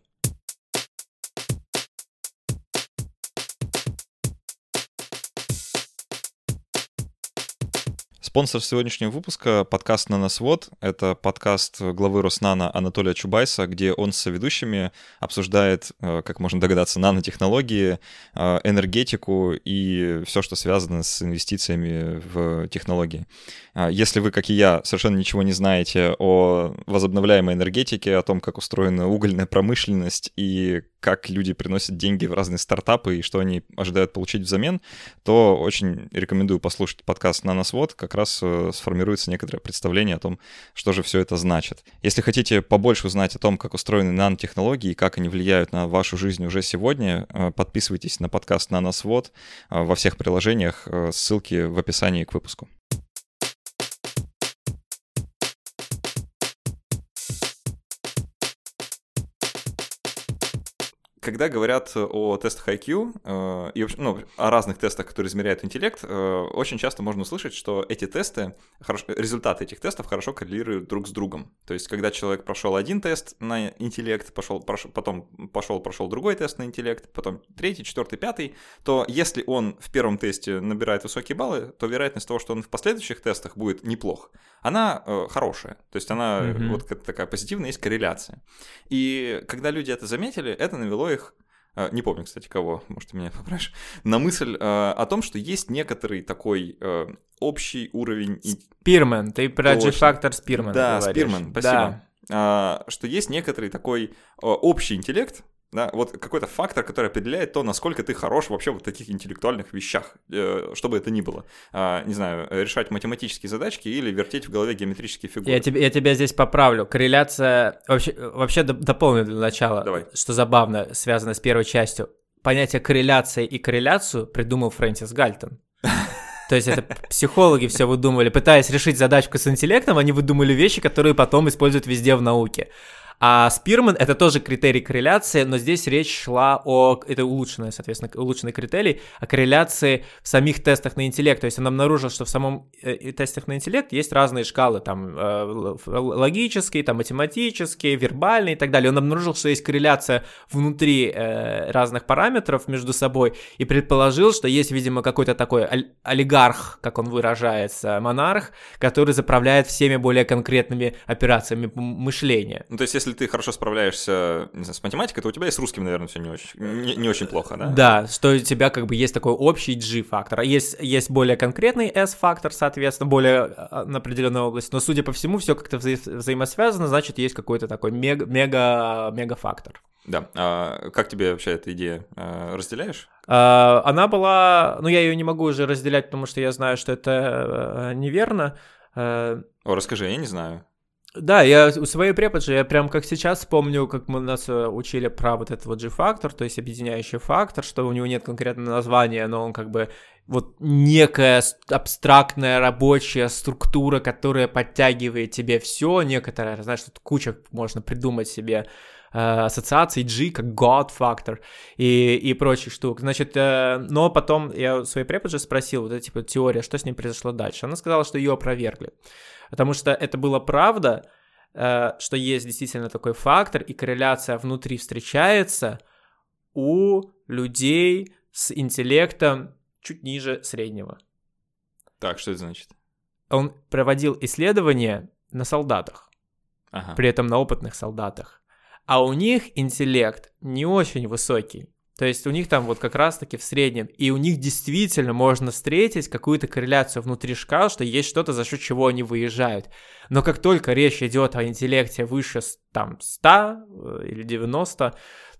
A: Спонсор сегодняшнего выпуска — подкаст «Наносвод». Это подкаст главы Роснано Анатолия Чубайса, где он с соведущими обсуждает, как можно догадаться, нанотехнологии, энергетику и все, что связано с инвестициями в технологии. Если вы, как и я, совершенно ничего не знаете о возобновляемой энергетике, о том, как устроена угольная промышленность и как люди приносят деньги в разные стартапы и что они ожидают получить взамен, то очень рекомендую послушать подкаст «Наносвод». Как раз сформируется некоторое представление о том, что же все это значит. Если хотите побольше узнать о том, как устроены нанотехнологии и как они влияют на вашу жизнь уже сегодня, подписывайтесь на подкаст «Наносвод» во всех приложениях. Ссылки в описании к выпуску. Когда говорят о тестах IQ и о разных тестах, которые измеряют интеллект, очень часто можно услышать, что эти тесты, результаты этих тестов хорошо коррелируют друг с другом. То есть, когда человек прошел один тест на интеллект, потом прошел другой тест на интеллект, потом третий, четвертый, пятый, то если он в первом тесте набирает высокие баллы, то вероятность того, что он в последующих тестах будет неплох, она хорошая. То есть она вот такая позитивная, есть корреляция. И когда люди это заметили, это навело их, не помню, кстати, кого, может, ты меня поправишь, на мысль о том, что есть некоторый такой общий уровень...
B: Спирман, ты про G-фактор Спирмана
A: да,
B: говоришь.
A: Спирман, спасибо. Да. Что есть некоторый такой общий интеллект, да, вот какой-то фактор, который определяет то, насколько ты хорош вообще в таких интеллектуальных вещах, что бы это ни было. Не знаю, решать математические задачки или вертеть в голове геометрические фигуры.
B: Я тебя здесь поправлю. Корреляция... Вообще дополню для начала,
A: Давай.
B: Что забавно, связано с первой частью. Понятие корреляции и корреляцию придумал Фрэнсис Гальтон. То есть это психологи все выдумывали. Пытаясь решить задачку с интеллектом, они выдумали вещи, которые потом используют везде в науке. А Спирман — это тоже критерий корреляции, но здесь речь шла о... Это улучшенный критерий, о корреляции в самих тестах на интеллект. То есть он обнаружил, что в самом тестах на интеллект есть разные шкалы, там, логические, там, математические, вербальные и так далее. Он обнаружил, что есть корреляция внутри разных параметров между собой и предположил, что есть, видимо, какой-то такой олигарх, как он выражается, монарх, который заправляет всеми более конкретными операциями мышления.
A: Ну, то есть, если ты хорошо справляешься, не знаю, с математикой, то у тебя и с русским, наверное, все не очень плохо, да?
B: Да, что у тебя как бы есть такой общий G-фактор. Есть более конкретный S-фактор, соответственно, более на определенную область. Но, судя по всему, все как-то взаимосвязано, значит, есть какой-то такой мега-фактор.
A: Да. А как тебе вообще эта идея? Разделяешь?
B: Она была... Ну, я ее не могу уже разделять, потому что я знаю, что это неверно.
A: Расскажи, я не знаю.
B: Да, я у своей преподы, я прям как сейчас помню, как мы нас учили про вот этот вот G-фактор, то есть объединяющий фактор, что у него нет конкретного названия, но он как бы вот некая абстрактная рабочая структура, которая подтягивает тебе все, некоторая, знаешь, тут куча можно придумать себе ассоциаций G, как God фактор и прочих штук. Значит, но потом я у своей преподы спросил, вот эта типа теория, что с ней произошло дальше. Она сказала, что ее опровергли. Потому что это была правда, что есть действительно такой фактор, и корреляция внутри встречается у людей с интеллектом чуть ниже среднего.
A: Так, что это значит?
B: Он проводил исследования на солдатах,
A: при
B: этом на опытных солдатах. А у них интеллект не очень высокий. То есть у них там вот как раз-таки в среднем, и у них действительно можно встретить какую-то корреляцию внутри шкал, что есть что-то, за счет чего они выезжают. Но как только речь идет о интеллекте выше там 100 или 90,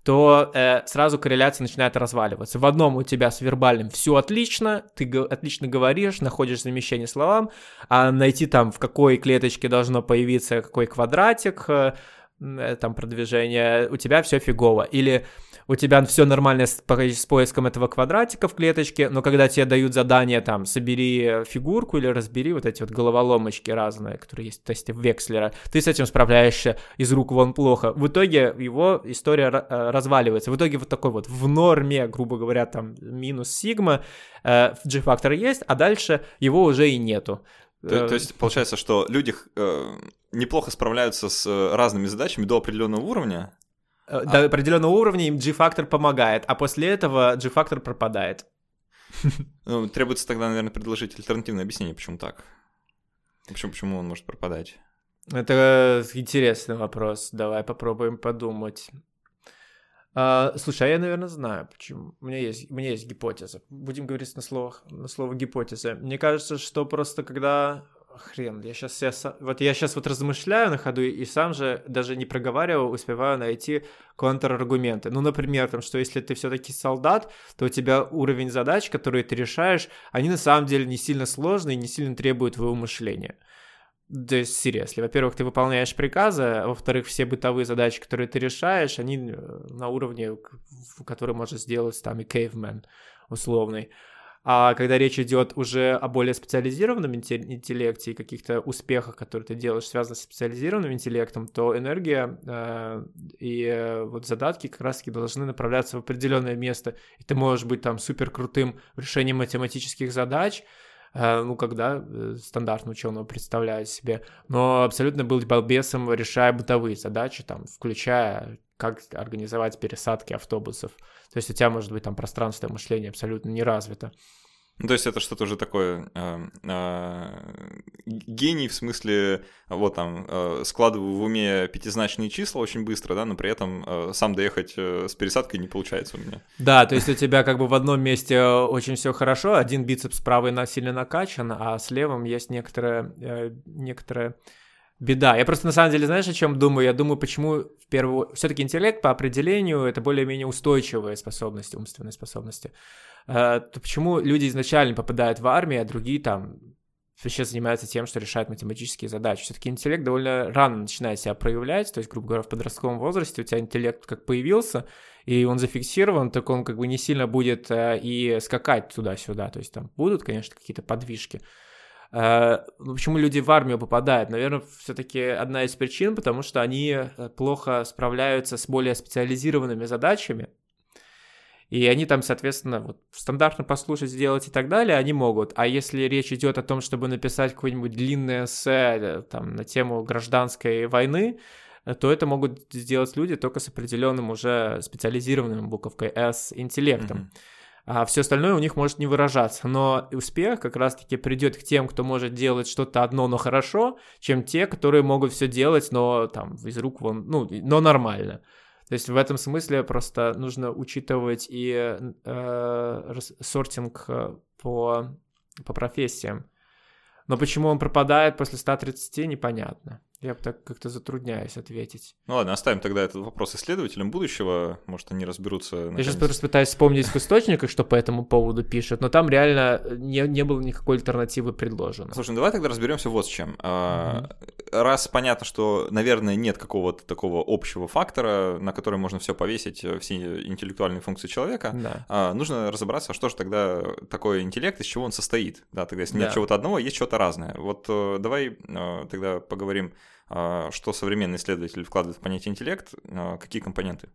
B: то сразу корреляция начинает разваливаться. В одном у тебя с вербальным все отлично, ты отлично говоришь, находишь замещение словам, а найти там, в какой клеточке должно появиться какой квадратик, там продвижение, у тебя все фигово. Или у тебя все нормально с поиском этого квадратика в клеточке, но когда тебе дают задание, там, собери фигурку или разбери вот эти вот головоломочки разные, которые есть в тесте Векслера, ты с этим справляешься из рук вон плохо. В итоге его история разваливается. В итоге вот такой вот в норме, грубо говоря, там, минус сигма, G-фактор есть, а дальше его уже и нету.
A: То есть получается, что люди неплохо справляются с разными задачами до определенного уровня.
B: До определенного уровня им G-фактор помогает, а после этого G-фактор пропадает.
A: Ну, требуется тогда, наверное, предложить альтернативное объяснение, почему так. Почему он может пропадать.
B: Это интересный вопрос. Давай попробуем подумать. Слушай, а я, наверное, знаю, почему. У меня есть гипотеза. Будем говорить на слово гипотеза. Мне кажется, что просто когда... Хрен, я сейчас размышляю на ходу и сам же, даже не проговариваю, успеваю найти контраргументы. Ну, например, там, что если ты все-таки солдат, то у тебя уровень задач, которые ты решаешь, они на самом деле не сильно сложные, не сильно требуют твоего мышления. То есть, seriously, во-первых, ты выполняешь приказы, а во-вторых, все бытовые задачи, которые ты решаешь, они на уровне, который может сделать там и caveman условный. А когда речь идет уже о более специализированном интеллекте и каких-то успехах, которые ты делаешь, связанных с специализированным интеллектом, то энергия и вот задатки как раз-таки должны направляться в определенное место. И ты можешь быть там супер крутым в решении математических задач, когда стандартный ученый представляет себе, но абсолютно был балбесом, решая бытовые задачи, там, включая как организовать пересадки автобусов. То есть у тебя может быть там пространственное мышление абсолютно не развито.
A: Ну, то есть это что-то уже такое гений в смысле, вот там, складываю в уме пятизначные числа очень быстро, да, но при этом сам доехать с пересадкой не получается у меня.
B: Да, то есть у тебя как бы в одном месте очень все хорошо, один бицепс правый сильно накачан, а с левым есть некоторая беда. Я просто на самом деле, знаешь, о чем думаю? Я думаю, почему все-таки интеллект по определению это более-менее устойчивые способности, умственные способности. То почему люди изначально попадают в армию, а другие там вообще занимаются тем, что решают математические задачи? Все-таки интеллект довольно рано начинает себя проявлять, то есть, грубо говоря, в подростковом возрасте у тебя интеллект как появился, и он зафиксирован, так он как бы не сильно будет и скакать туда-сюда, то есть там будут, конечно, какие-то подвижки. Почему люди в армию попадают? Наверное, все-таки одна из причин, потому что они плохо справляются с более специализированными задачами, и они там, соответственно, вот стандартно послушать, сделать и так далее, они могут. А если речь идет о том, чтобы написать какое-нибудь длинное эссе там, на тему гражданской войны, то это могут сделать люди только с определенным уже специализированным буковкой S интеллектом. А все остальное у них может не выражаться. Но успех как раз-таки придет к тем, кто может делать что-то одно, но хорошо, чем те, которые могут все делать, но там из рук вон, но нормально. То есть в этом смысле просто нужно учитывать и сортинг по профессиям. Но почему он пропадает после 130, непонятно. Я так как-то затрудняюсь ответить.
A: Ну ладно, оставим тогда этот вопрос исследователям будущего, может, они разберутся.
B: Я сейчас просто пытаюсь вспомнить в источниках, что по этому поводу пишут, но там реально не было никакой альтернативы предложено.
A: Слушай, ну давай тогда разберемся вот с чем. Раз понятно, что, наверное, нет какого-то такого общего фактора, на который можно все повесить, все интеллектуальные функции человека, нужно разобраться, что же тогда такое интеллект, из чего он состоит. Да, тогда если нет чего-то одного, есть что-то разное. Вот давай тогда поговорим, что современный исследователь вкладывает в понятие интеллект, какие компоненты?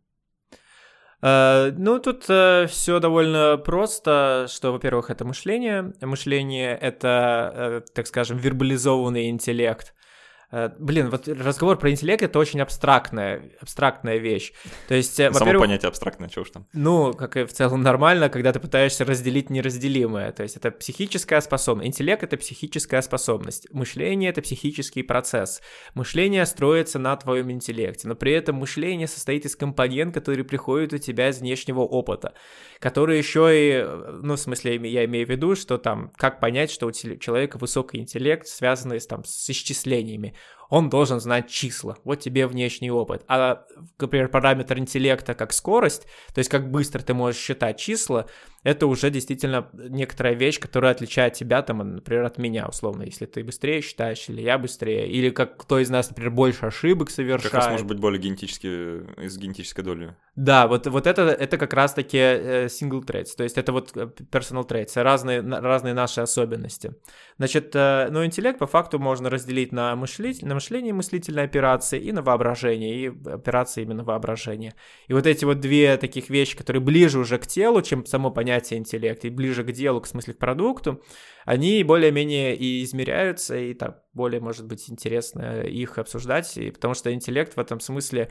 B: Тут все довольно просто, что, во-первых, это мышление. Мышление — это, так скажем, вербализованный интеллект. Вот разговор про интеллект — это очень абстрактная вещь. То есть,
A: само понятие абстрактное, чего уж там.
B: Как и в целом нормально, когда ты пытаешься разделить неразделимое. То есть это психическая способность. Интеллект — это психическая способность. Мышление — это психический процесс. Мышление строится на твоем интеллекте, но при этом мышление состоит из компонентов, которые приходят у тебя из внешнего опыта, которые еще и, в смысле, я имею в виду, что там, как понять, что у человека высокий интеллект, связанный с исчислениями. он должен знать числа. Вот тебе внешний опыт. А, например, параметр интеллекта как скорость, то есть как быстро ты можешь считать числа, это уже действительно некоторая вещь, которая отличает тебя, там, например, от меня, условно, если ты быстрее считаешь, или я быстрее, или как кто из нас, например, больше ошибок совершает.
A: Как раз может быть более с генетической долей.
B: Да, вот это как раз-таки single traits, то есть это вот personal traits, разные наши особенности. Значит, ну, интеллект по факту можно разделить на мышление, мыслительные операции, и на воображение, и операции именно воображения. И вот эти вот две таких вещи, которые ближе уже к телу, чем само понятие интеллект, и ближе к делу, в смысле к продукту, они более-менее и измеряются, и так более, может быть, интересно их обсуждать, и потому что интеллект в этом смысле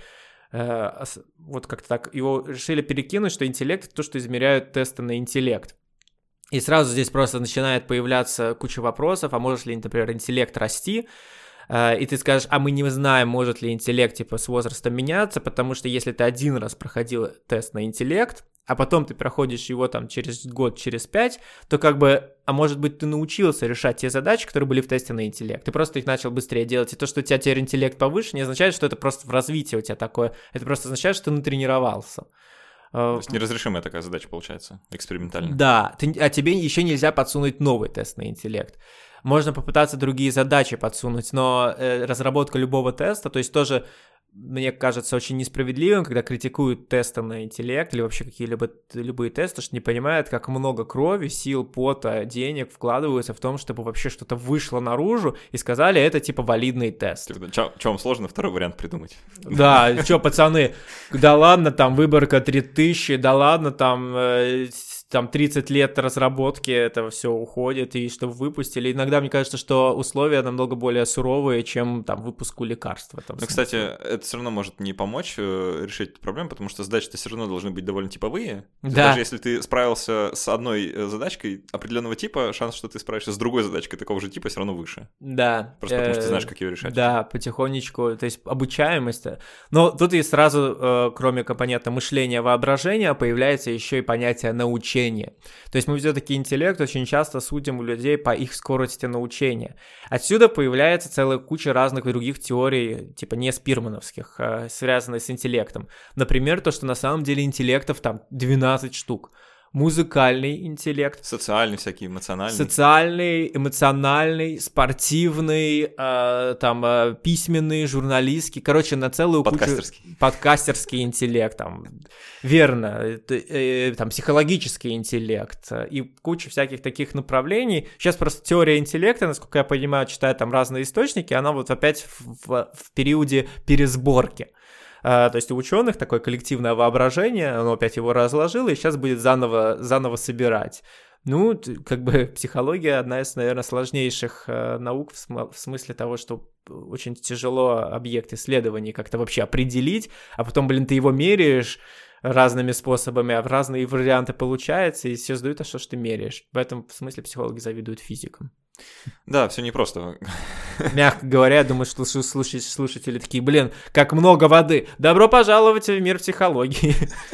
B: вот как-то так его решили перекинуть, что интеллект — это то, что измеряют тесты на интеллект. И сразу здесь просто начинает появляться куча вопросов, а может ли, например, интеллект расти? И ты скажешь, а мы не знаем, может ли интеллект типа с возрастом меняться, потому что если ты один раз проходил тест на интеллект, а потом ты проходишь его там через год, через 5, то как бы, а может быть, ты научился решать те задачи, которые были в тесте на интеллект. Ты просто их начал быстрее делать. И то, что у тебя теперь интеллект повыше, не означает, что это просто в развитии у тебя такое. Это просто означает, что ты натренировался.
A: То есть неразрешимая такая задача получается, экспериментальная.
B: Да, а тебе еще нельзя подсунуть новый тест на интеллект. Можно попытаться другие задачи подсунуть, но разработка любого теста, то есть тоже, мне кажется, очень несправедливым, когда критикуют тесты на интеллект или вообще какие-либо любые тесты, что не понимают, как много крови, сил, пота, денег вкладываются в том, чтобы вообще что-то вышло наружу и сказали, это типа валидный тест.
A: Типа, что вам сложно второй вариант придумать?
B: Да, что, пацаны, да ладно, там выборка 3000, да ладно, там 30 лет разработки, это все уходит, и что выпустили. Иногда мне кажется, что условия намного более суровые, чем там выпуску лекарства.
A: Ну, кстати, это все равно может не помочь решить эту проблему, потому что задачи-то все равно должны быть довольно типовые.
B: Да.
A: Даже если ты справился с одной задачкой определенного типа, шанс, что ты справишься с другой задачкой такого же типа, все равно выше.
B: Да.
A: Просто потому что ты знаешь, как ее решать.
B: Да, потихонечку, то есть обучаемость. Но тут и сразу, кроме компонента мышления, воображения, появляется еще и понятие научения. То есть мы все-таки интеллект очень часто судим у людей по их скорости научения. Отсюда появляется целая куча разных других теорий, типа не спирмановских, связанных с интеллектом. Например, то, что на самом деле интеллектов там 12 штук. Музыкальный интеллект.
A: Социальный всякий, эмоциональный.
B: Социальный, эмоциональный, спортивный, письменный, журналистский. Короче, на целую
A: подкастерский.
B: кучу... Подкастерский интеллект, там, верно. Там, психологический интеллект и куча всяких таких направлений. Сейчас просто теория интеллекта, насколько я понимаю, читаю там разные источники, она вот опять в периоде пересборки. То есть у ученых такое коллективное воображение, оно опять его разложило и сейчас будет заново собирать. Ну, как бы психология одна из, наверное, сложнейших наук в смысле того, что очень тяжело объект исследований как-то вообще определить, а потом, ты его меряешь разными способами, а в разные варианты получается, и все задают, а что ж ты меряешь? В этом смысле психологи завидуют физикам.
A: Да, все непросто.
B: Мягко говоря, я думаю, что слушатели такие, как много воды. Добро пожаловать в мир психологии.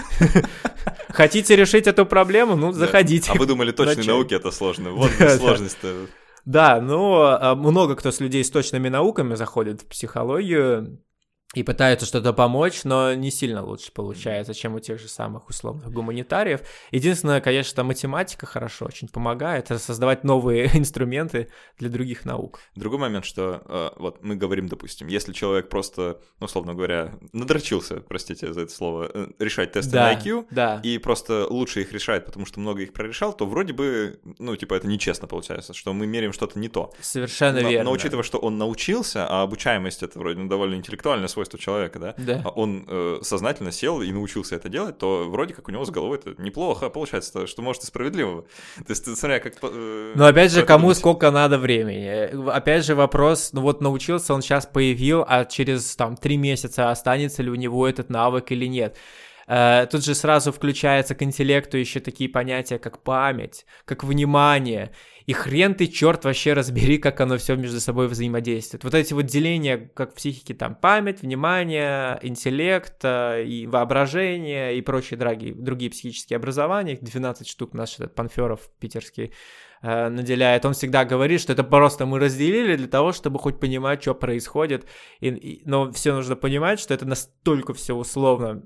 B: Хотите решить эту проблему? Ну, заходите.
A: А вы думали, точные науки это сложно? Вот сложность-то.
B: Да, но много кто с людей с точными науками заходит в психологию и пытаются что-то помочь, но не сильно лучше получается, чем у тех же самых условных гуманитариев. Единственное, конечно, математика хорошо очень помогает создавать новые инструменты для других наук.
A: Другой момент, что вот мы говорим, допустим, если человек просто, условно говоря, надрочился, простите за это слово, решать тесты на IQ, и просто лучше их решает, потому что много их прорешал, то вроде бы, это нечестно получается, что мы меряем что-то не то.
B: Совершенно верно.
A: Но учитывая, что он научился, а обучаемость — это вроде довольно интеллектуальное свойство человека, да? Он сознательно сел и научился это делать, то вроде как у него с головой это неплохо получается, что может и справедливо. То есть, смотря как...
B: Но опять же, кому сколько надо времени? Опять же вопрос, научился он сейчас появил, а через 3 месяца останется ли у него этот навык или нет? Тут же сразу включается к интеллекту еще такие понятия, как память, как внимание. И хрен ты, черт, вообще разбери, как оно все между собой взаимодействует. Вот эти вот деления, как в психике, память, внимание, интеллект и воображение и прочие другие психические образования, их 12 штук наш этот Панферов питерский наделяет. Он всегда говорит, что это просто мы разделили для того, чтобы хоть понимать, что происходит. Но все нужно понимать, что это настолько все условно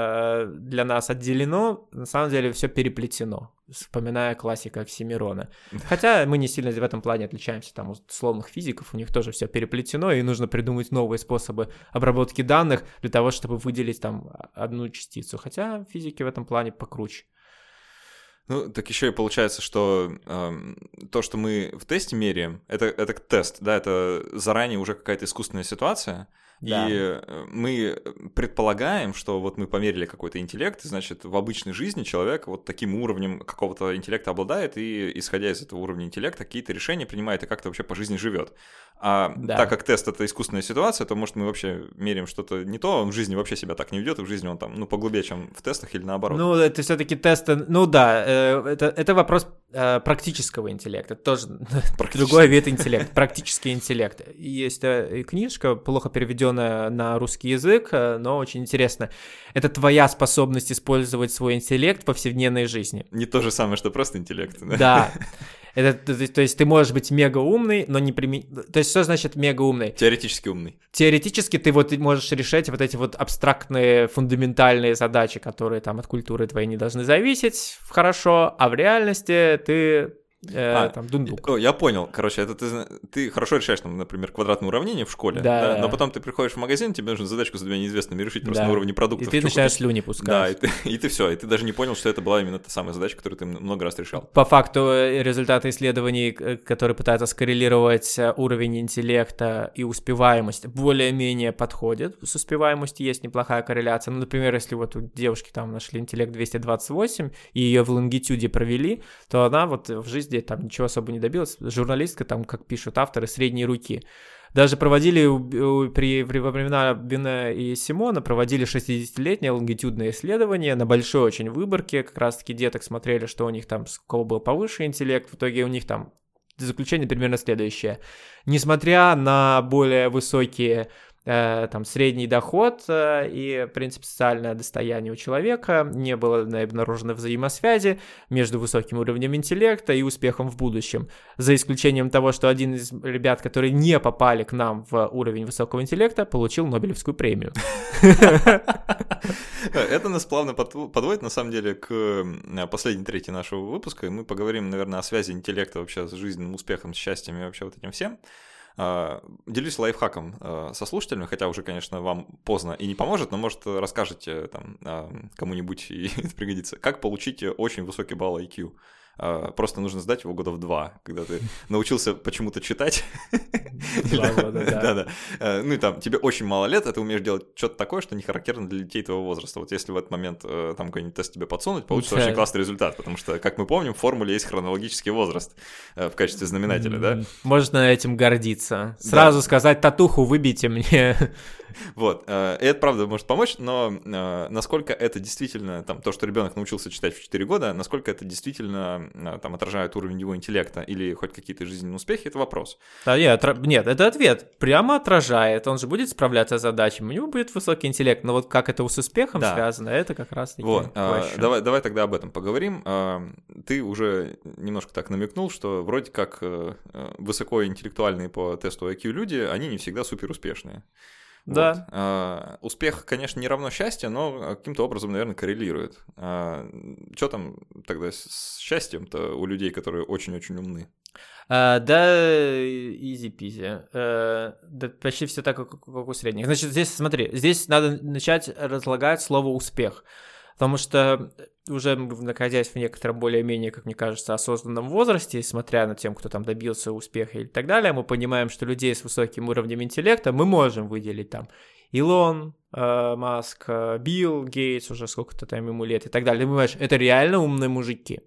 B: для нас отделено, на самом деле все переплетено, вспоминая классика Оксимирона. Хотя мы не сильно в этом плане отличаемся там, от условных физиков, у них тоже все переплетено, и нужно придумать новые способы обработки данных для того, чтобы выделить там одну частицу. Хотя физики в этом плане покруче.
A: Ну, так еще и получается, что то, что мы в тесте меряем, это тест, да, это заранее уже какая-то искусственная ситуация. Да. И мы предполагаем, что вот мы померили какой-то интеллект, и, значит, в обычной жизни человек вот таким уровнем какого-то интеллекта обладает, и, исходя из этого уровня интеллекта, какие-то решения принимает и как-то вообще по жизни живет. А так как тест — это искусственная ситуация, то, может, мы вообще меряем что-то не то, он в жизни вообще себя так не ведет, и в жизни он там, ну, поглубее, чем в тестах, или наоборот.
B: Ну, это все-таки тесты, ну да, это вопрос практического интеллекта, это тоже другой вид интеллекта, практический интеллект. Есть книжка, плохо переведенная на русский язык, но очень интересно. Это твоя способность использовать свой интеллект в повседневной жизни.
A: Не то же самое, что просто интеллект.
B: Да. То есть ты можешь быть мега умный, но не применить... То есть что значит мега умный?
A: Теоретически умный.
B: Теоретически ты вот можешь решать вот эти вот абстрактные, фундаментальные задачи, которые там от культуры твоей не должны зависеть хорошо, а в реальности ты... там дундук.
A: Я понял. Короче, это ты хорошо решаешь, там, например, квадратное уравнение в школе, да, но потом ты приходишь в магазин, тебе нужно задачку за 2 неизвестными решить просто на уровне продуктов.
B: И ты начинаешь слюни пускать.
A: Да, и ты все, и ты даже не понял, что это была именно та самая задача, которую ты много раз решал.
B: По факту результаты исследований, которые пытаются скоррелировать уровень интеллекта и успеваемость, более-менее подходят. С успеваемостью есть неплохая корреляция. Ну, например, если вот у девушки там нашли интеллект 228, и ее в лонгитюде провели, то она вот в жизни там ничего особо не добилась. Журналистка, там, как пишут авторы, средней руки. Даже проводили во времена Бине и Симона, проводили 60-летнее лонгитюдное исследование на большой очень выборке, как раз-таки деток смотрели, что у них там, у кого был повыше интеллект, в итоге у них там заключение примерно следующее. Несмотря на более высокие там средний доход и, в принципе, социальное достояние у человека, не было обнаружено взаимосвязи между высоким уровнем интеллекта и успехом в будущем. За исключением того, что один из ребят, которые не попали к нам в уровень высокого интеллекта, получил Нобелевскую премию.
A: Это нас плавно подводит, на самом деле, к последней трети нашего выпуска, и мы поговорим, наверное, о связи интеллекта вообще с жизненным успехом, с счастьем и вообще вот этим всем. Делюсь лайфхаком со слушателями, хотя уже, конечно, вам поздно и не поможет, но, может, расскажете там кому-нибудь, и это пригодится. Как получить очень высокий балл IQ? Просто нужно сдать его года в 2, когда ты научился почему-то читать.
B: 2 года, да.
A: Да. Ну и там, тебе очень мало лет, а ты умеешь делать что-то такое, что не характерно для детей твоего возраста. Вот если в этот момент там какой-нибудь тест тебе подсунуть, получится очень классный результат, потому что, как мы помним, в формуле есть хронологический возраст в качестве знаменателя, да?
B: Можно этим гордиться. Сразу сказать: татуху выбейте мне.
A: Вот, и это правда может помочь, но насколько это действительно, там, то, что ребенок научился читать в 4 года, насколько это действительно там отражает уровень его интеллекта или хоть какие-то жизненные успехи, это вопрос.
B: Да, нет, это ответ. Прямо отражает. Он же будет справляться с задачами, у него будет высокий интеллект, но вот как это с успехом связано, это как раз-таки
A: вот, давай тогда об этом поговорим. Ты уже немножко так намекнул, что вроде как высокоинтеллектуальные по тесту IQ люди, они не всегда суперуспешные.
B: Да.
A: Вот. Успех, конечно, не равно счастью, но каким-то образом, наверное, коррелирует. Что там тогда с счастьем-то у людей, которые очень-очень умны?
B: Да, easy-peasy. Да, почти все так, как у средних. Значит, здесь, смотри, здесь надо начать разлагать слово «успех». Потому что уже находясь в некотором более-менее, как мне кажется, осознанном возрасте, смотря на тем, кто там добился успеха и так далее, мы понимаем, что людей с высоким уровнем интеллекта мы можем выделить там Илон Маск, Билл Гейтс, уже сколько-то там ему лет и так далее. Ты понимаешь, это реально умные мужики.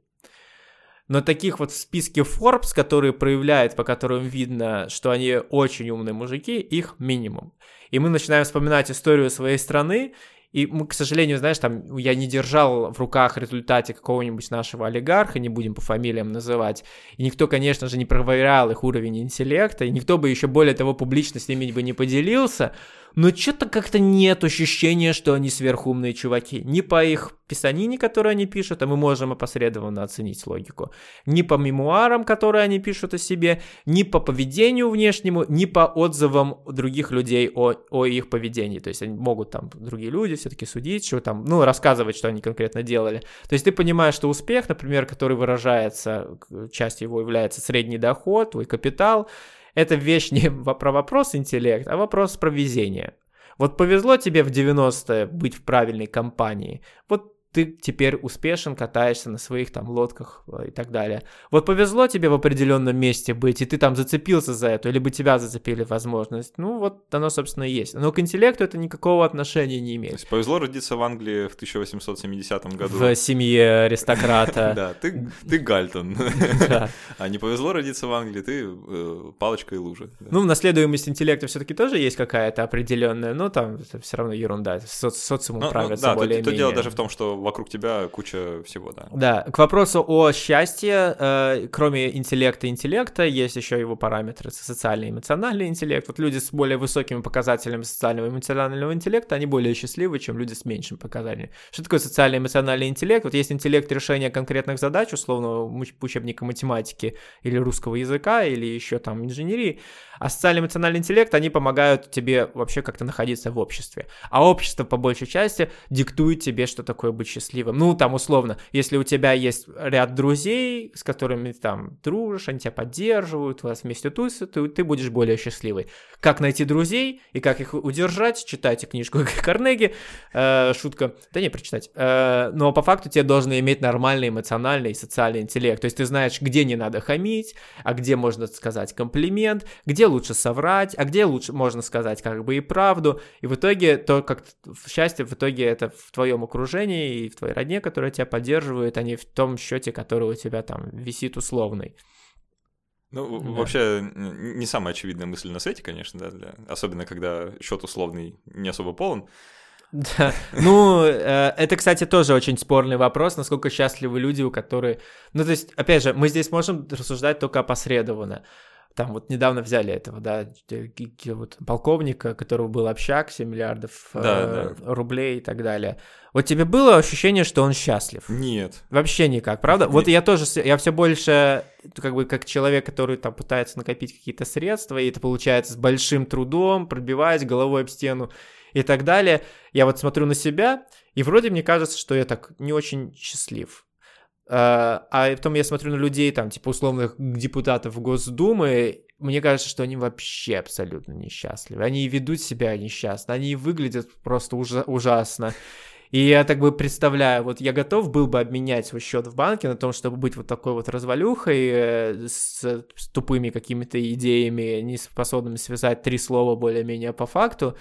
B: Но таких вот в списке Forbes, которые проявляют, по которым видно, что они очень умные мужики, их минимум. И мы начинаем вспоминать историю своей страны, и мы, к сожалению, знаешь, там я не держал в руках результаты какого-нибудь нашего олигарха, не будем по фамилиям называть, и никто, конечно же, не проверял их уровень интеллекта, и никто бы еще более того публично с ними бы не поделился, но что-то как-то нет ощущения, что они сверхумные чуваки. Ни по их писанине, которую они пишут, а мы можем опосредованно оценить логику, ни по мемуарам, которые они пишут о себе, ни по поведению внешнему, ни по отзывам других людей о их поведении. То есть они могут там, другие люди все-таки судить, что там, ну, рассказывать, что они конкретно делали. То есть ты понимаешь, что успех, например, который выражается, частью его является средний доход, твой капитал, это вещь не про вопрос интеллект, а вопрос про везение. Вот повезло тебе в 90-е быть в правильной компании, вот ты теперь успешен, катаешься на своих там лодках и так далее. Вот повезло тебе в определенном месте быть, и ты там зацепился за это, либо тебя зацепили возможность. Ну, вот оно, собственно, и есть. Но к интеллекту это никакого отношения не имеет.
A: То есть повезло родиться в Англии в 1870 году.
B: В семье аристократа.
A: Да, ты Гальтон. А не повезло родиться в Англии, ты палочка и лужа.
B: Ну, наследуемость интеллекта все-таки тоже есть какая-то определенная, но там все равно ерунда. Социум управится более-менее.
A: Да, то дело даже в том, что вокруг тебя куча всего, да.
B: Да, к вопросу о счастье, кроме интеллекта, есть еще его параметры социальный и эмоциональный интеллект. Вот люди с более высокими показателями социального и эмоционального интеллекта, они более счастливы, чем люди с меньшими показателями. Что такое социальный и эмоциональный интеллект? Вот есть интеллект решения конкретных задач, условно, учебника математики или русского языка, или еще там инженерии, а социальный и эмоциональный интеллект, они помогают тебе вообще как-то находиться в обществе. А общество, по большей части, диктует тебе, что такое быть счастливым. Ну, там, условно, если у тебя есть ряд друзей, с которыми ты там дружишь, они тебя поддерживают, у вас вместе тусят, ты будешь более счастливый. Как найти друзей и как их удержать? Читайте книжку Карнеги. Шутка. Да не, прочитать. Но по факту тебе должны иметь нормальный эмоциональный и социальный интеллект. То есть ты знаешь, где не надо хамить, а где можно сказать комплимент, где лучше соврать, а где лучше можно сказать как бы и правду. И в итоге то, как счастье, в итоге это в твоем окружении и в твоей родне, которая тебя поддерживает, а не в том счете, который у тебя там висит условный.
A: Ну, да. Вообще, не самая очевидная мысль на свете, конечно, да, особенно когда счет условный не особо полон.
B: Да, ну, это, кстати, тоже очень спорный вопрос, насколько счастливы люди, у которых... Ну, то есть, опять же, мы здесь можем рассуждать только опосредованно. Там вот недавно взяли этого, да, вот полковника, которого был общак, 7 миллиардов рублей и так далее. Вот тебе было ощущение, что он счастлив?
A: Нет.
B: Вообще никак, правда? Нет. Вот я все больше, как бы, как человек, который там пытается накопить какие-то средства, и это получается с большим трудом, пробиваясь головой об стену и так далее. Я вот смотрю на себя, и вроде мне кажется, что я так не очень счастлив. А потом я смотрю на людей, там, типа, условных депутатов Госдумы, мне кажется, что они вообще абсолютно несчастливы. Они ведут себя несчастно, они выглядят просто ужасно. И я так бы представляю, вот я готов был бы обменять свой счет в банке на том, чтобы быть вот такой вот развалюхой с тупыми какими-то идеями, не способными связать 3 слова более-менее по факту,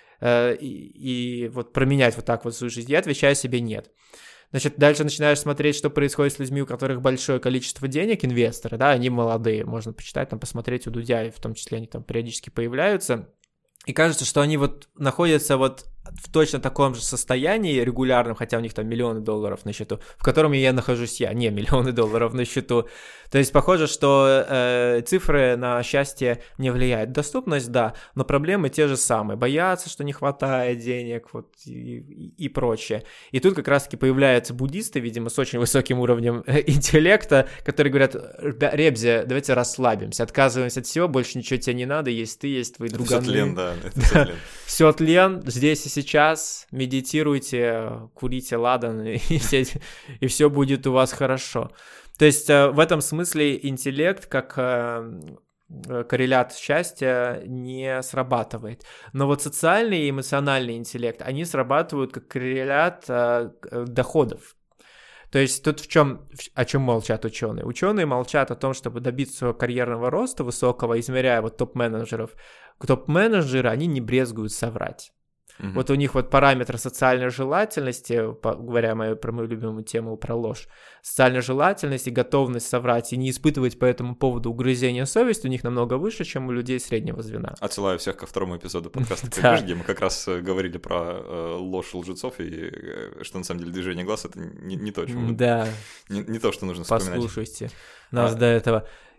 B: и вот променять вот так вот свою жизнь. Я отвечаю себе нет. Значит, дальше начинаешь смотреть, что происходит с людьми, у которых большое количество денег, инвесторы, да, они молодые, можно почитать, там, посмотреть у Дудя, и в том числе они там периодически появляются, и кажется, что они вот находятся вот в точно таком же состоянии регулярном, хотя у них там миллионы долларов на счету, в котором я нахожусь не миллионы долларов на счету. То есть похоже, что цифры на счастье не влияют. Доступность, да, но проблемы те же самые. Боятся, что не хватает денег, вот, и прочее. И тут как раз-таки появляются буддисты, видимо, с очень высоким уровнем интеллекта, которые говорят: Ребзи, давайте расслабимся, отказываемся от всего, больше ничего тебе не надо, есть ты, есть твои друганы.
A: Все тлен, да.
B: Все тлен, здесь и сейчас, медитируйте, курите ладан, и все будет у вас хорошо. То есть в этом смысле интеллект как коррелят счастья не срабатывает. Но вот социальный и эмоциональный интеллект, они срабатывают как коррелят доходов. То есть тут о чем молчат ученые? Ученые молчат о том, чтобы добиться карьерного роста высокого, измеряя вот топ-менеджеров. Топ-менеджеры, они не брезгуют соврать. Угу. Вот у них вот параметр социальной желательности, говоря про мою любимую тему, про ложь, социальная желательность и готовность соврать и не испытывать по этому поводу угрызения совести у них намного выше, чем у людей среднего звена.
A: Отсылаю всех ко 2-му эпизоду подкаста «Крепыш», где мы как раз говорили про ложь лжецов и что на самом деле движение глаз — это не то, о чем
B: да.
A: не то, что нужно вспоминать.
B: Послушайте нас до этого.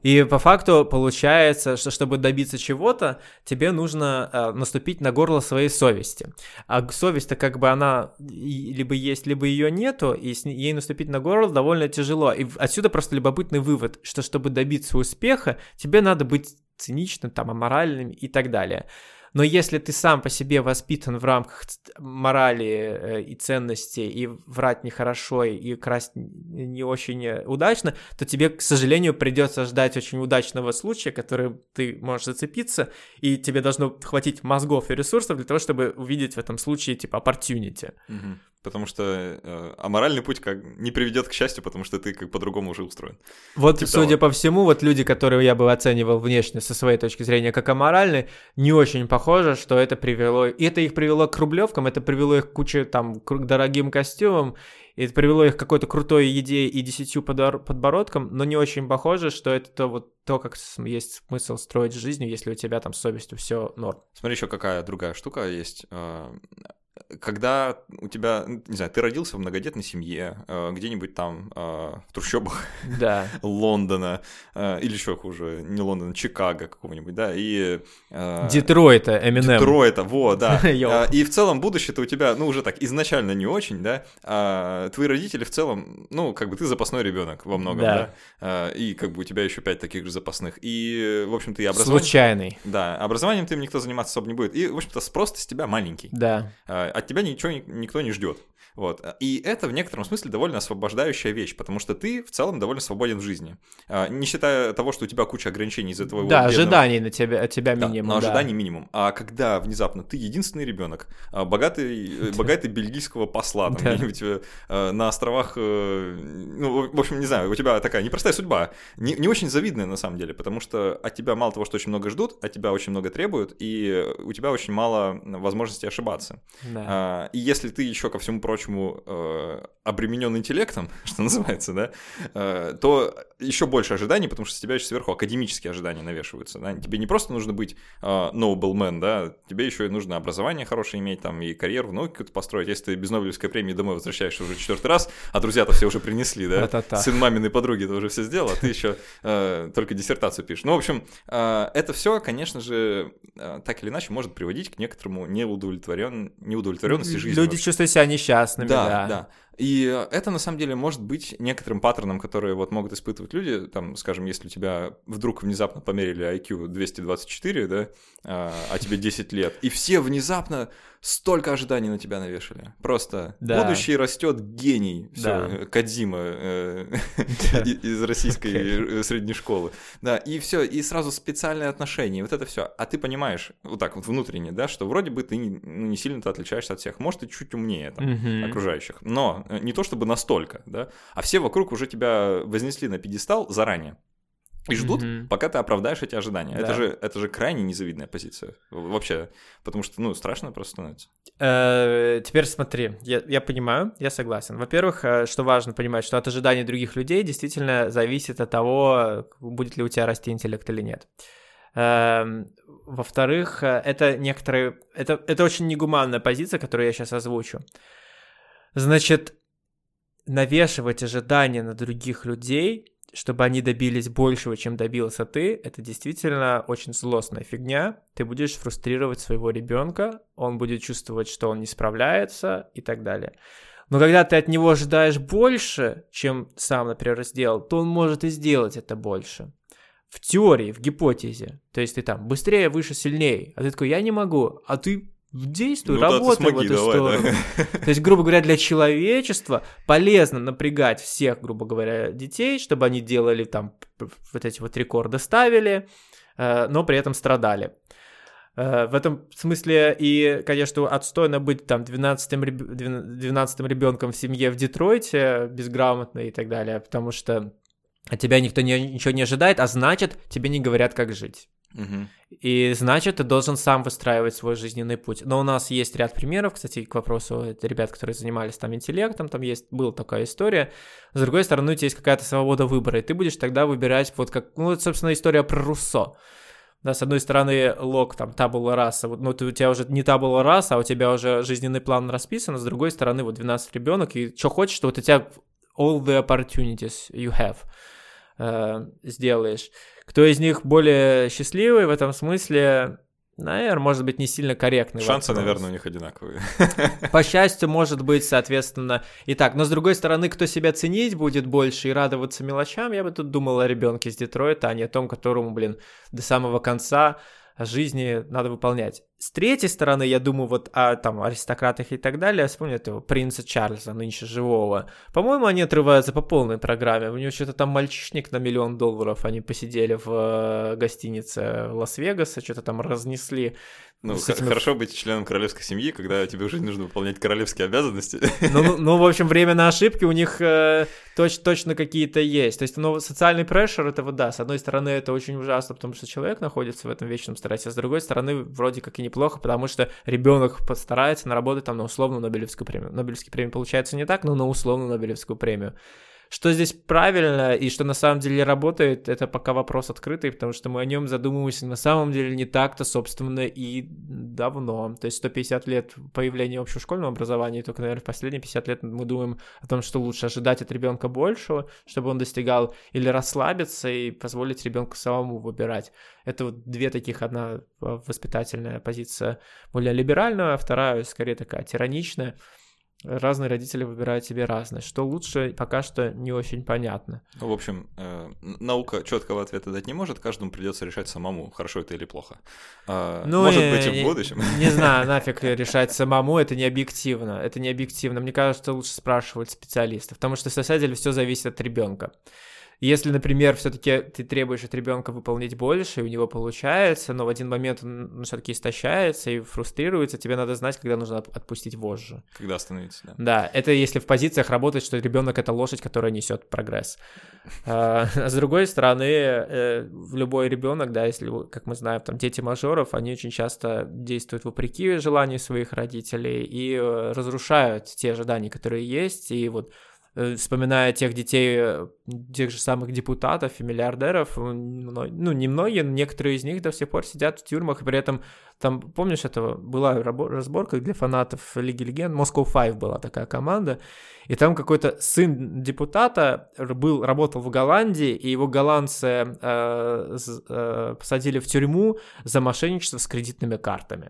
B: И по факту получается, что чтобы добиться чего-то, тебе нужно наступить на горло своей совести. А совесть-то как бы она либо есть, либо ее нету, и ей наступить на горло довольно тяжело. И отсюда просто любопытный вывод, что чтобы добиться успеха, тебе надо быть циничным, там, аморальным и так далее. Но если ты сам по себе воспитан в рамках морали и ценностей, и врать нехорошо, и красть не очень удачно, то тебе, к сожалению, придется ждать очень удачного случая, который ты можешь зацепиться, и тебе должно хватить мозгов и ресурсов для того, чтобы увидеть в этом случае, типа, opportunity.
A: Угу. Потому что аморальный путь как не приведет к счастью, потому что ты как по-другому уже устроен.
B: Вот, типа судя по всему, вот люди, которые я бы оценивал внешне со своей точки зрения как аморальные, не очень похоже, что это привело... И это их привело к рублевкам, это привело их к куче, там, к дорогим костюмам, и это привело их к какой-то крутой еде и 10 подбородкам, но не очень похоже, что это вот то, как есть смысл строить жизнь, если у тебя там с совестью все норм.
A: Смотри, еще какая другая штука есть. Когда у тебя, не знаю, ты родился в многодетной семье, где-нибудь там в трущобах Лондона, или еще хуже, не Лондона, Чикаго какого-нибудь, да, и...
B: Детройта, Эминем.
A: Детройта, вот, да. И в целом будущее-то у тебя, ну, уже так, изначально не очень, да, твои родители в целом, ну, как бы ты запасной ребенок во многом, да, и как бы у тебя еще 5 таких же запасных, и, в общем-то, и образование... Случайный. Да, образованием им никто заниматься особо не будет, и, в общем-то, спрос с тебя маленький.
B: Да.
A: От тебя ничего никто не ждет. Вот. И это в некотором смысле довольно освобождающая вещь, потому что ты в целом довольно свободен в жизни. Не считая того, что у тебя куча ограничений из-за твоего
B: бедного... ожиданий от тебя минимум.
A: Да, ожиданий минимум. А когда внезапно ты единственный ребенок, богатый бельгийского посла, там, где-нибудь на островах, ну, в общем, не знаю, у тебя такая непростая судьба, не очень завидная на самом деле, потому что от тебя мало того, что очень много ждут, от тебя очень много требуют, и у тебя очень мало возможностей ошибаться. Да. И если ты еще ко всему прочему обременен интеллектом, что называется, да, то еще больше ожиданий, потому что с тебя еще сверху академические ожидания навешиваются. Да? Тебе не просто нужно быть nobleman, да, тебе еще и нужно образование хорошее иметь, там, и карьеру в науке какую-то построить. Если ты без Нобелевской премии домой возвращаешься уже 4-й раз, а друзья-то все уже принесли, да, сын маминой подруги-то уже все сделал, а ты еще только диссертацию пишешь. Ну, в общем, это все, конечно же, так или иначе может приводить к некоторому неудовлетворенности жизни.
B: Люди чувствуют себя несчастными,
A: да. И это, на самом деле, может быть некоторым паттерном, которые вот могут испытывать люди, там, скажем, если у тебя вдруг внезапно померили IQ 224, да, а тебе 10 лет, и все внезапно столько ожиданий на тебя навешали. Просто будущий растет гений, все, Кодзима из российской средней школы. Да, и все, и сразу специальные отношения, вот это все. А ты понимаешь, вот так вот внутренне, да, что вроде бы ты не сильно-то отличаешься от всех. Может, ты чуть умнее там, окружающих, но не то чтобы настолько, да, а все вокруг уже тебя вознесли на пьедестал заранее. И ждут, пока ты оправдаешь эти ожидания. Да. Это же крайне незавидная позиция. Вообще, потому что, ну, страшно просто становится.
B: Теперь смотри, я понимаю, я согласен. Во-первых, что важно понимать, что от ожиданий других людей действительно зависит от того, будет ли у тебя расти интеллект или нет. Во-вторых, это очень негуманная позиция, которую я сейчас озвучу. Значит, навешивать ожидания на других людей, чтобы они добились большего, чем добился ты, это действительно очень злостная фигня. Ты будешь фрустрировать своего ребенка, он будет чувствовать, что он не справляется и так далее. Но когда ты от него ожидаешь больше, чем сам, например, сделал, то он может и сделать это больше. В теории, в гипотезе. То есть ты там быстрее, выше, сильнее. А ты такой, я не могу, а ты... Действуй, работай в эту сторону. Да. То есть, грубо говоря, для человечества полезно напрягать всех, грубо говоря, детей, чтобы они делали там вот эти вот рекорды ставили, но при этом страдали. В этом смысле и, конечно, отстойно быть там 12-м ребенком в семье в Детройте, безграмотно и так далее, потому что от тебя никто ничего не ожидает, а значит, тебе не говорят, как жить. И значит, ты должен сам выстраивать свой жизненный путь. Но у нас есть ряд примеров, кстати, к вопросу ребят, которые занимались там интеллектом, там была такая история. С другой стороны, у тебя есть какая-то свобода выбора, и ты будешь тогда выбирать вот как, ну, собственно, история про Руссо. Да, с одной стороны, Лок, там, табула раса, ну, у тебя уже не табула раса, а у тебя уже жизненный план расписан, а с другой стороны, вот 12 ребенок, и что хочешь, что вот у тебя all the opportunities you have. сделаешь. Кто из них более счастливый в этом смысле, наверное, может быть, не сильно корректный.
A: Шансы, наверное, у них одинаковые.
B: По счастью, может быть, соответственно, и так. Но, с другой стороны, кто себя ценить будет больше и радоваться мелочам, я бы тут думал о ребенке из Детройта, а не о том, которому, до самого конца жизни надо выполнять. С третьей стороны, я думаю вот о там аристократах и так далее. Я вспомню этого принца Чарльза, нынче живого. По-моему, они отрываются по полной программе. У него что-то там мальчишник на $1 миллион. Они посидели в гостинице Лас-Вегаса, что-то там разнесли.
A: Хорошо быть членом королевской семьи, когда тебе уже нужно выполнять королевские обязанности.
B: Ну, в общем, время на ошибки у них точно какие-то есть. То есть, социальный прессор, это да, с одной стороны, это очень ужасно, потому что человек находится в этом вечном стрессе, а с другой стороны, вроде как и неплохо, потому что ребенок постарается наработать там на условную Нобелевскую премию. Нобелевская премия получается не так, но на условную Нобелевскую премию. Что здесь правильно и что на самом деле работает, это пока вопрос открытый, потому что мы о нем задумываемся на самом деле не так-то, собственно, и давно. То есть 150 лет появления общешкольного образования, и только, наверное, в последние 50 лет мы думаем о том, что лучше ожидать от ребенка большего, чтобы он достигал, или расслабиться и позволить ребенку самому выбирать. Это вот две таких, одна воспитательная позиция более либеральная, а вторая скорее такая тираничная. Разные родители выбирают себе разное. Что лучше, пока что не очень понятно.
A: В общем, наука четкого ответа дать не может, каждому придется решать самому, хорошо это или плохо. Может быть, и в будущем.
B: Не знаю, нафиг решать самому, это не объективно. Это не объективно. Мне кажется, лучше спрашивать специалистов, потому что, на самом деле, все зависит от ребенка. Если, например, все-таки ты требуешь от ребенка выполнить больше, и у него получается, но в один момент он все-таки истощается и фрустрируется, тебе надо знать, когда нужно отпустить вожжи.
A: Когда остановиться, да.
B: Да, это если в позициях работает, что ребенок это лошадь, которая несет прогресс. С другой стороны, любой ребенок, да, если, как мы знаем, там дети мажоров, они очень часто действуют вопреки желанию своих родителей и разрушают те ожидания, которые есть, и вот вспоминая тех детей, тех же самых депутатов и миллиардеров, немногие, но некоторые из них до сих пор сидят в тюрьмах, и при этом, там, помнишь, этого была разборка для фанатов Лиги Легенд, Moscow Five была такая команда, и там какой-то сын депутата работал в Голландии, и его голландцы посадили в тюрьму за мошенничество с кредитными картами.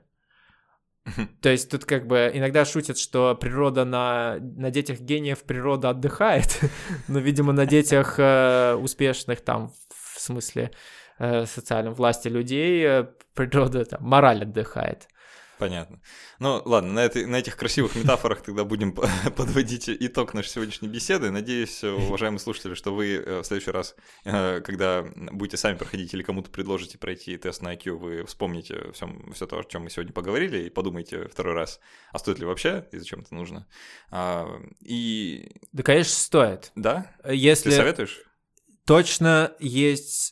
B: То есть тут как бы иногда шутят, что природа на детях гениев природа отдыхает, но, видимо, на детях успешных там, в смысле социальной власти людей природа, там, мораль отдыхает.
A: Понятно. Ну, ладно, на этих красивых метафорах тогда будем подводить итог нашей сегодняшней беседы. Надеюсь, уважаемые слушатели, что вы в следующий раз, когда будете сами проходить или кому-то предложите пройти тест на IQ, вы вспомните все то, о чем мы сегодня поговорили, и подумайте второй раз, а стоит ли вообще и зачем это нужно. Да,
B: конечно, стоит.
A: Да?
B: Если
A: ты советуешь?
B: Точно есть...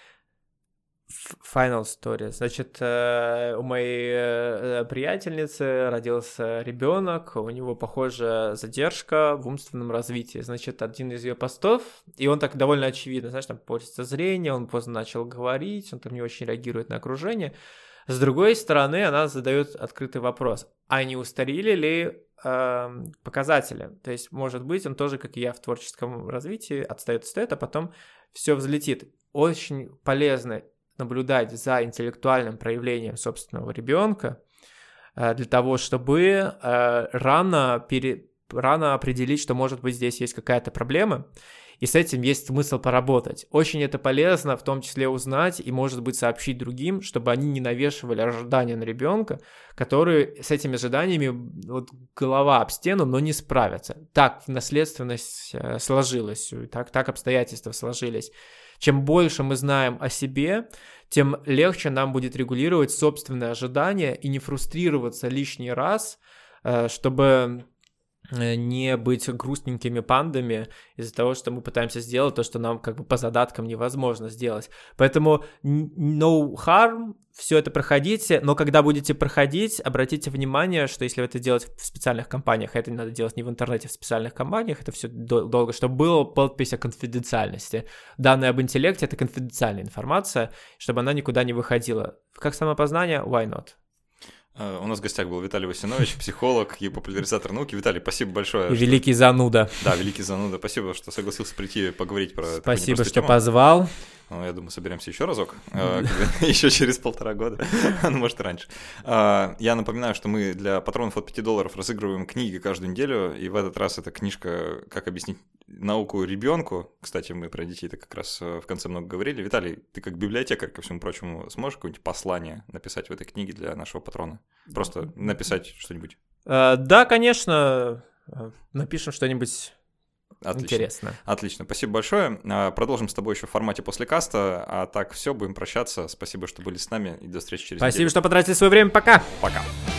B: Final story. Значит, у моей приятельницы родился ребенок, у него, похоже, задержка в умственном развитии. Значит, один из ее постов, и он так довольно очевидно, знаешь, там портится зрение, он поздно начал говорить, он там не очень реагирует на окружение. С другой стороны, она задает открытый вопрос, а не устарели ли показатели? То есть, может быть, он тоже, как и я, в творческом развитии отстает, а потом все взлетит. Очень полезно наблюдать за интеллектуальным проявлением собственного ребенка для того, чтобы рано определить, что, может быть, здесь есть какая-то проблема, и с этим есть смысл поработать. Очень это полезно, в том числе узнать и, может быть, сообщить другим, чтобы они не навешивали ожидания на ребенка, которые с этими ожиданиями вот, голова об стену, но не справятся. Так наследственность сложилась, так обстоятельства сложились. Чем больше мы знаем о себе, тем легче нам будет регулировать собственные ожидания и не фрустрироваться лишний раз, чтобы не быть грустненькими пандами из-за того, что мы пытаемся сделать то, что нам как бы по задаткам невозможно сделать. Поэтому no harm, все это проходите, но когда будете проходить, обратите внимание, что если вы это делаете в специальных компаниях, это не надо делать не в интернете, в специальных компаниях, это все долго, чтобы была подпись о конфиденциальности. Данные об интеллекте — это конфиденциальная информация, чтобы она никуда не выходила. Как самопознание? Why not?
A: У нас в гостях был Виталий Васинович, психолог и популяризатор науки. Виталий, спасибо большое.
B: И великий зануда.
A: Да, великий зануда. Спасибо, что согласился прийти поговорить про...
B: Спасибо, что позвал.
A: Я думаю, соберемся еще разок, еще через 1,5 года, ну, может, и раньше. Я напоминаю, что мы для патронов от $5 разыгрываем книги каждую неделю, и в этот раз это книжка «Как объяснить науку ребенку». Кстати, мы про детей-то как раз в конце много говорили. Виталий, ты как библиотекарь, ко всему прочему, сможешь какое-нибудь послание написать в этой книге для нашего патрона? Просто написать что-нибудь.
B: Да, конечно, напишем что-нибудь...
A: Отлично.
B: Интересно.
A: Отлично, спасибо большое. Продолжим с тобой еще в формате после каста. А так все, будем прощаться. Спасибо, что были с нами, и до встречи через неделю.
B: Спасибо, что потратили свое время. Пока.
A: Пока.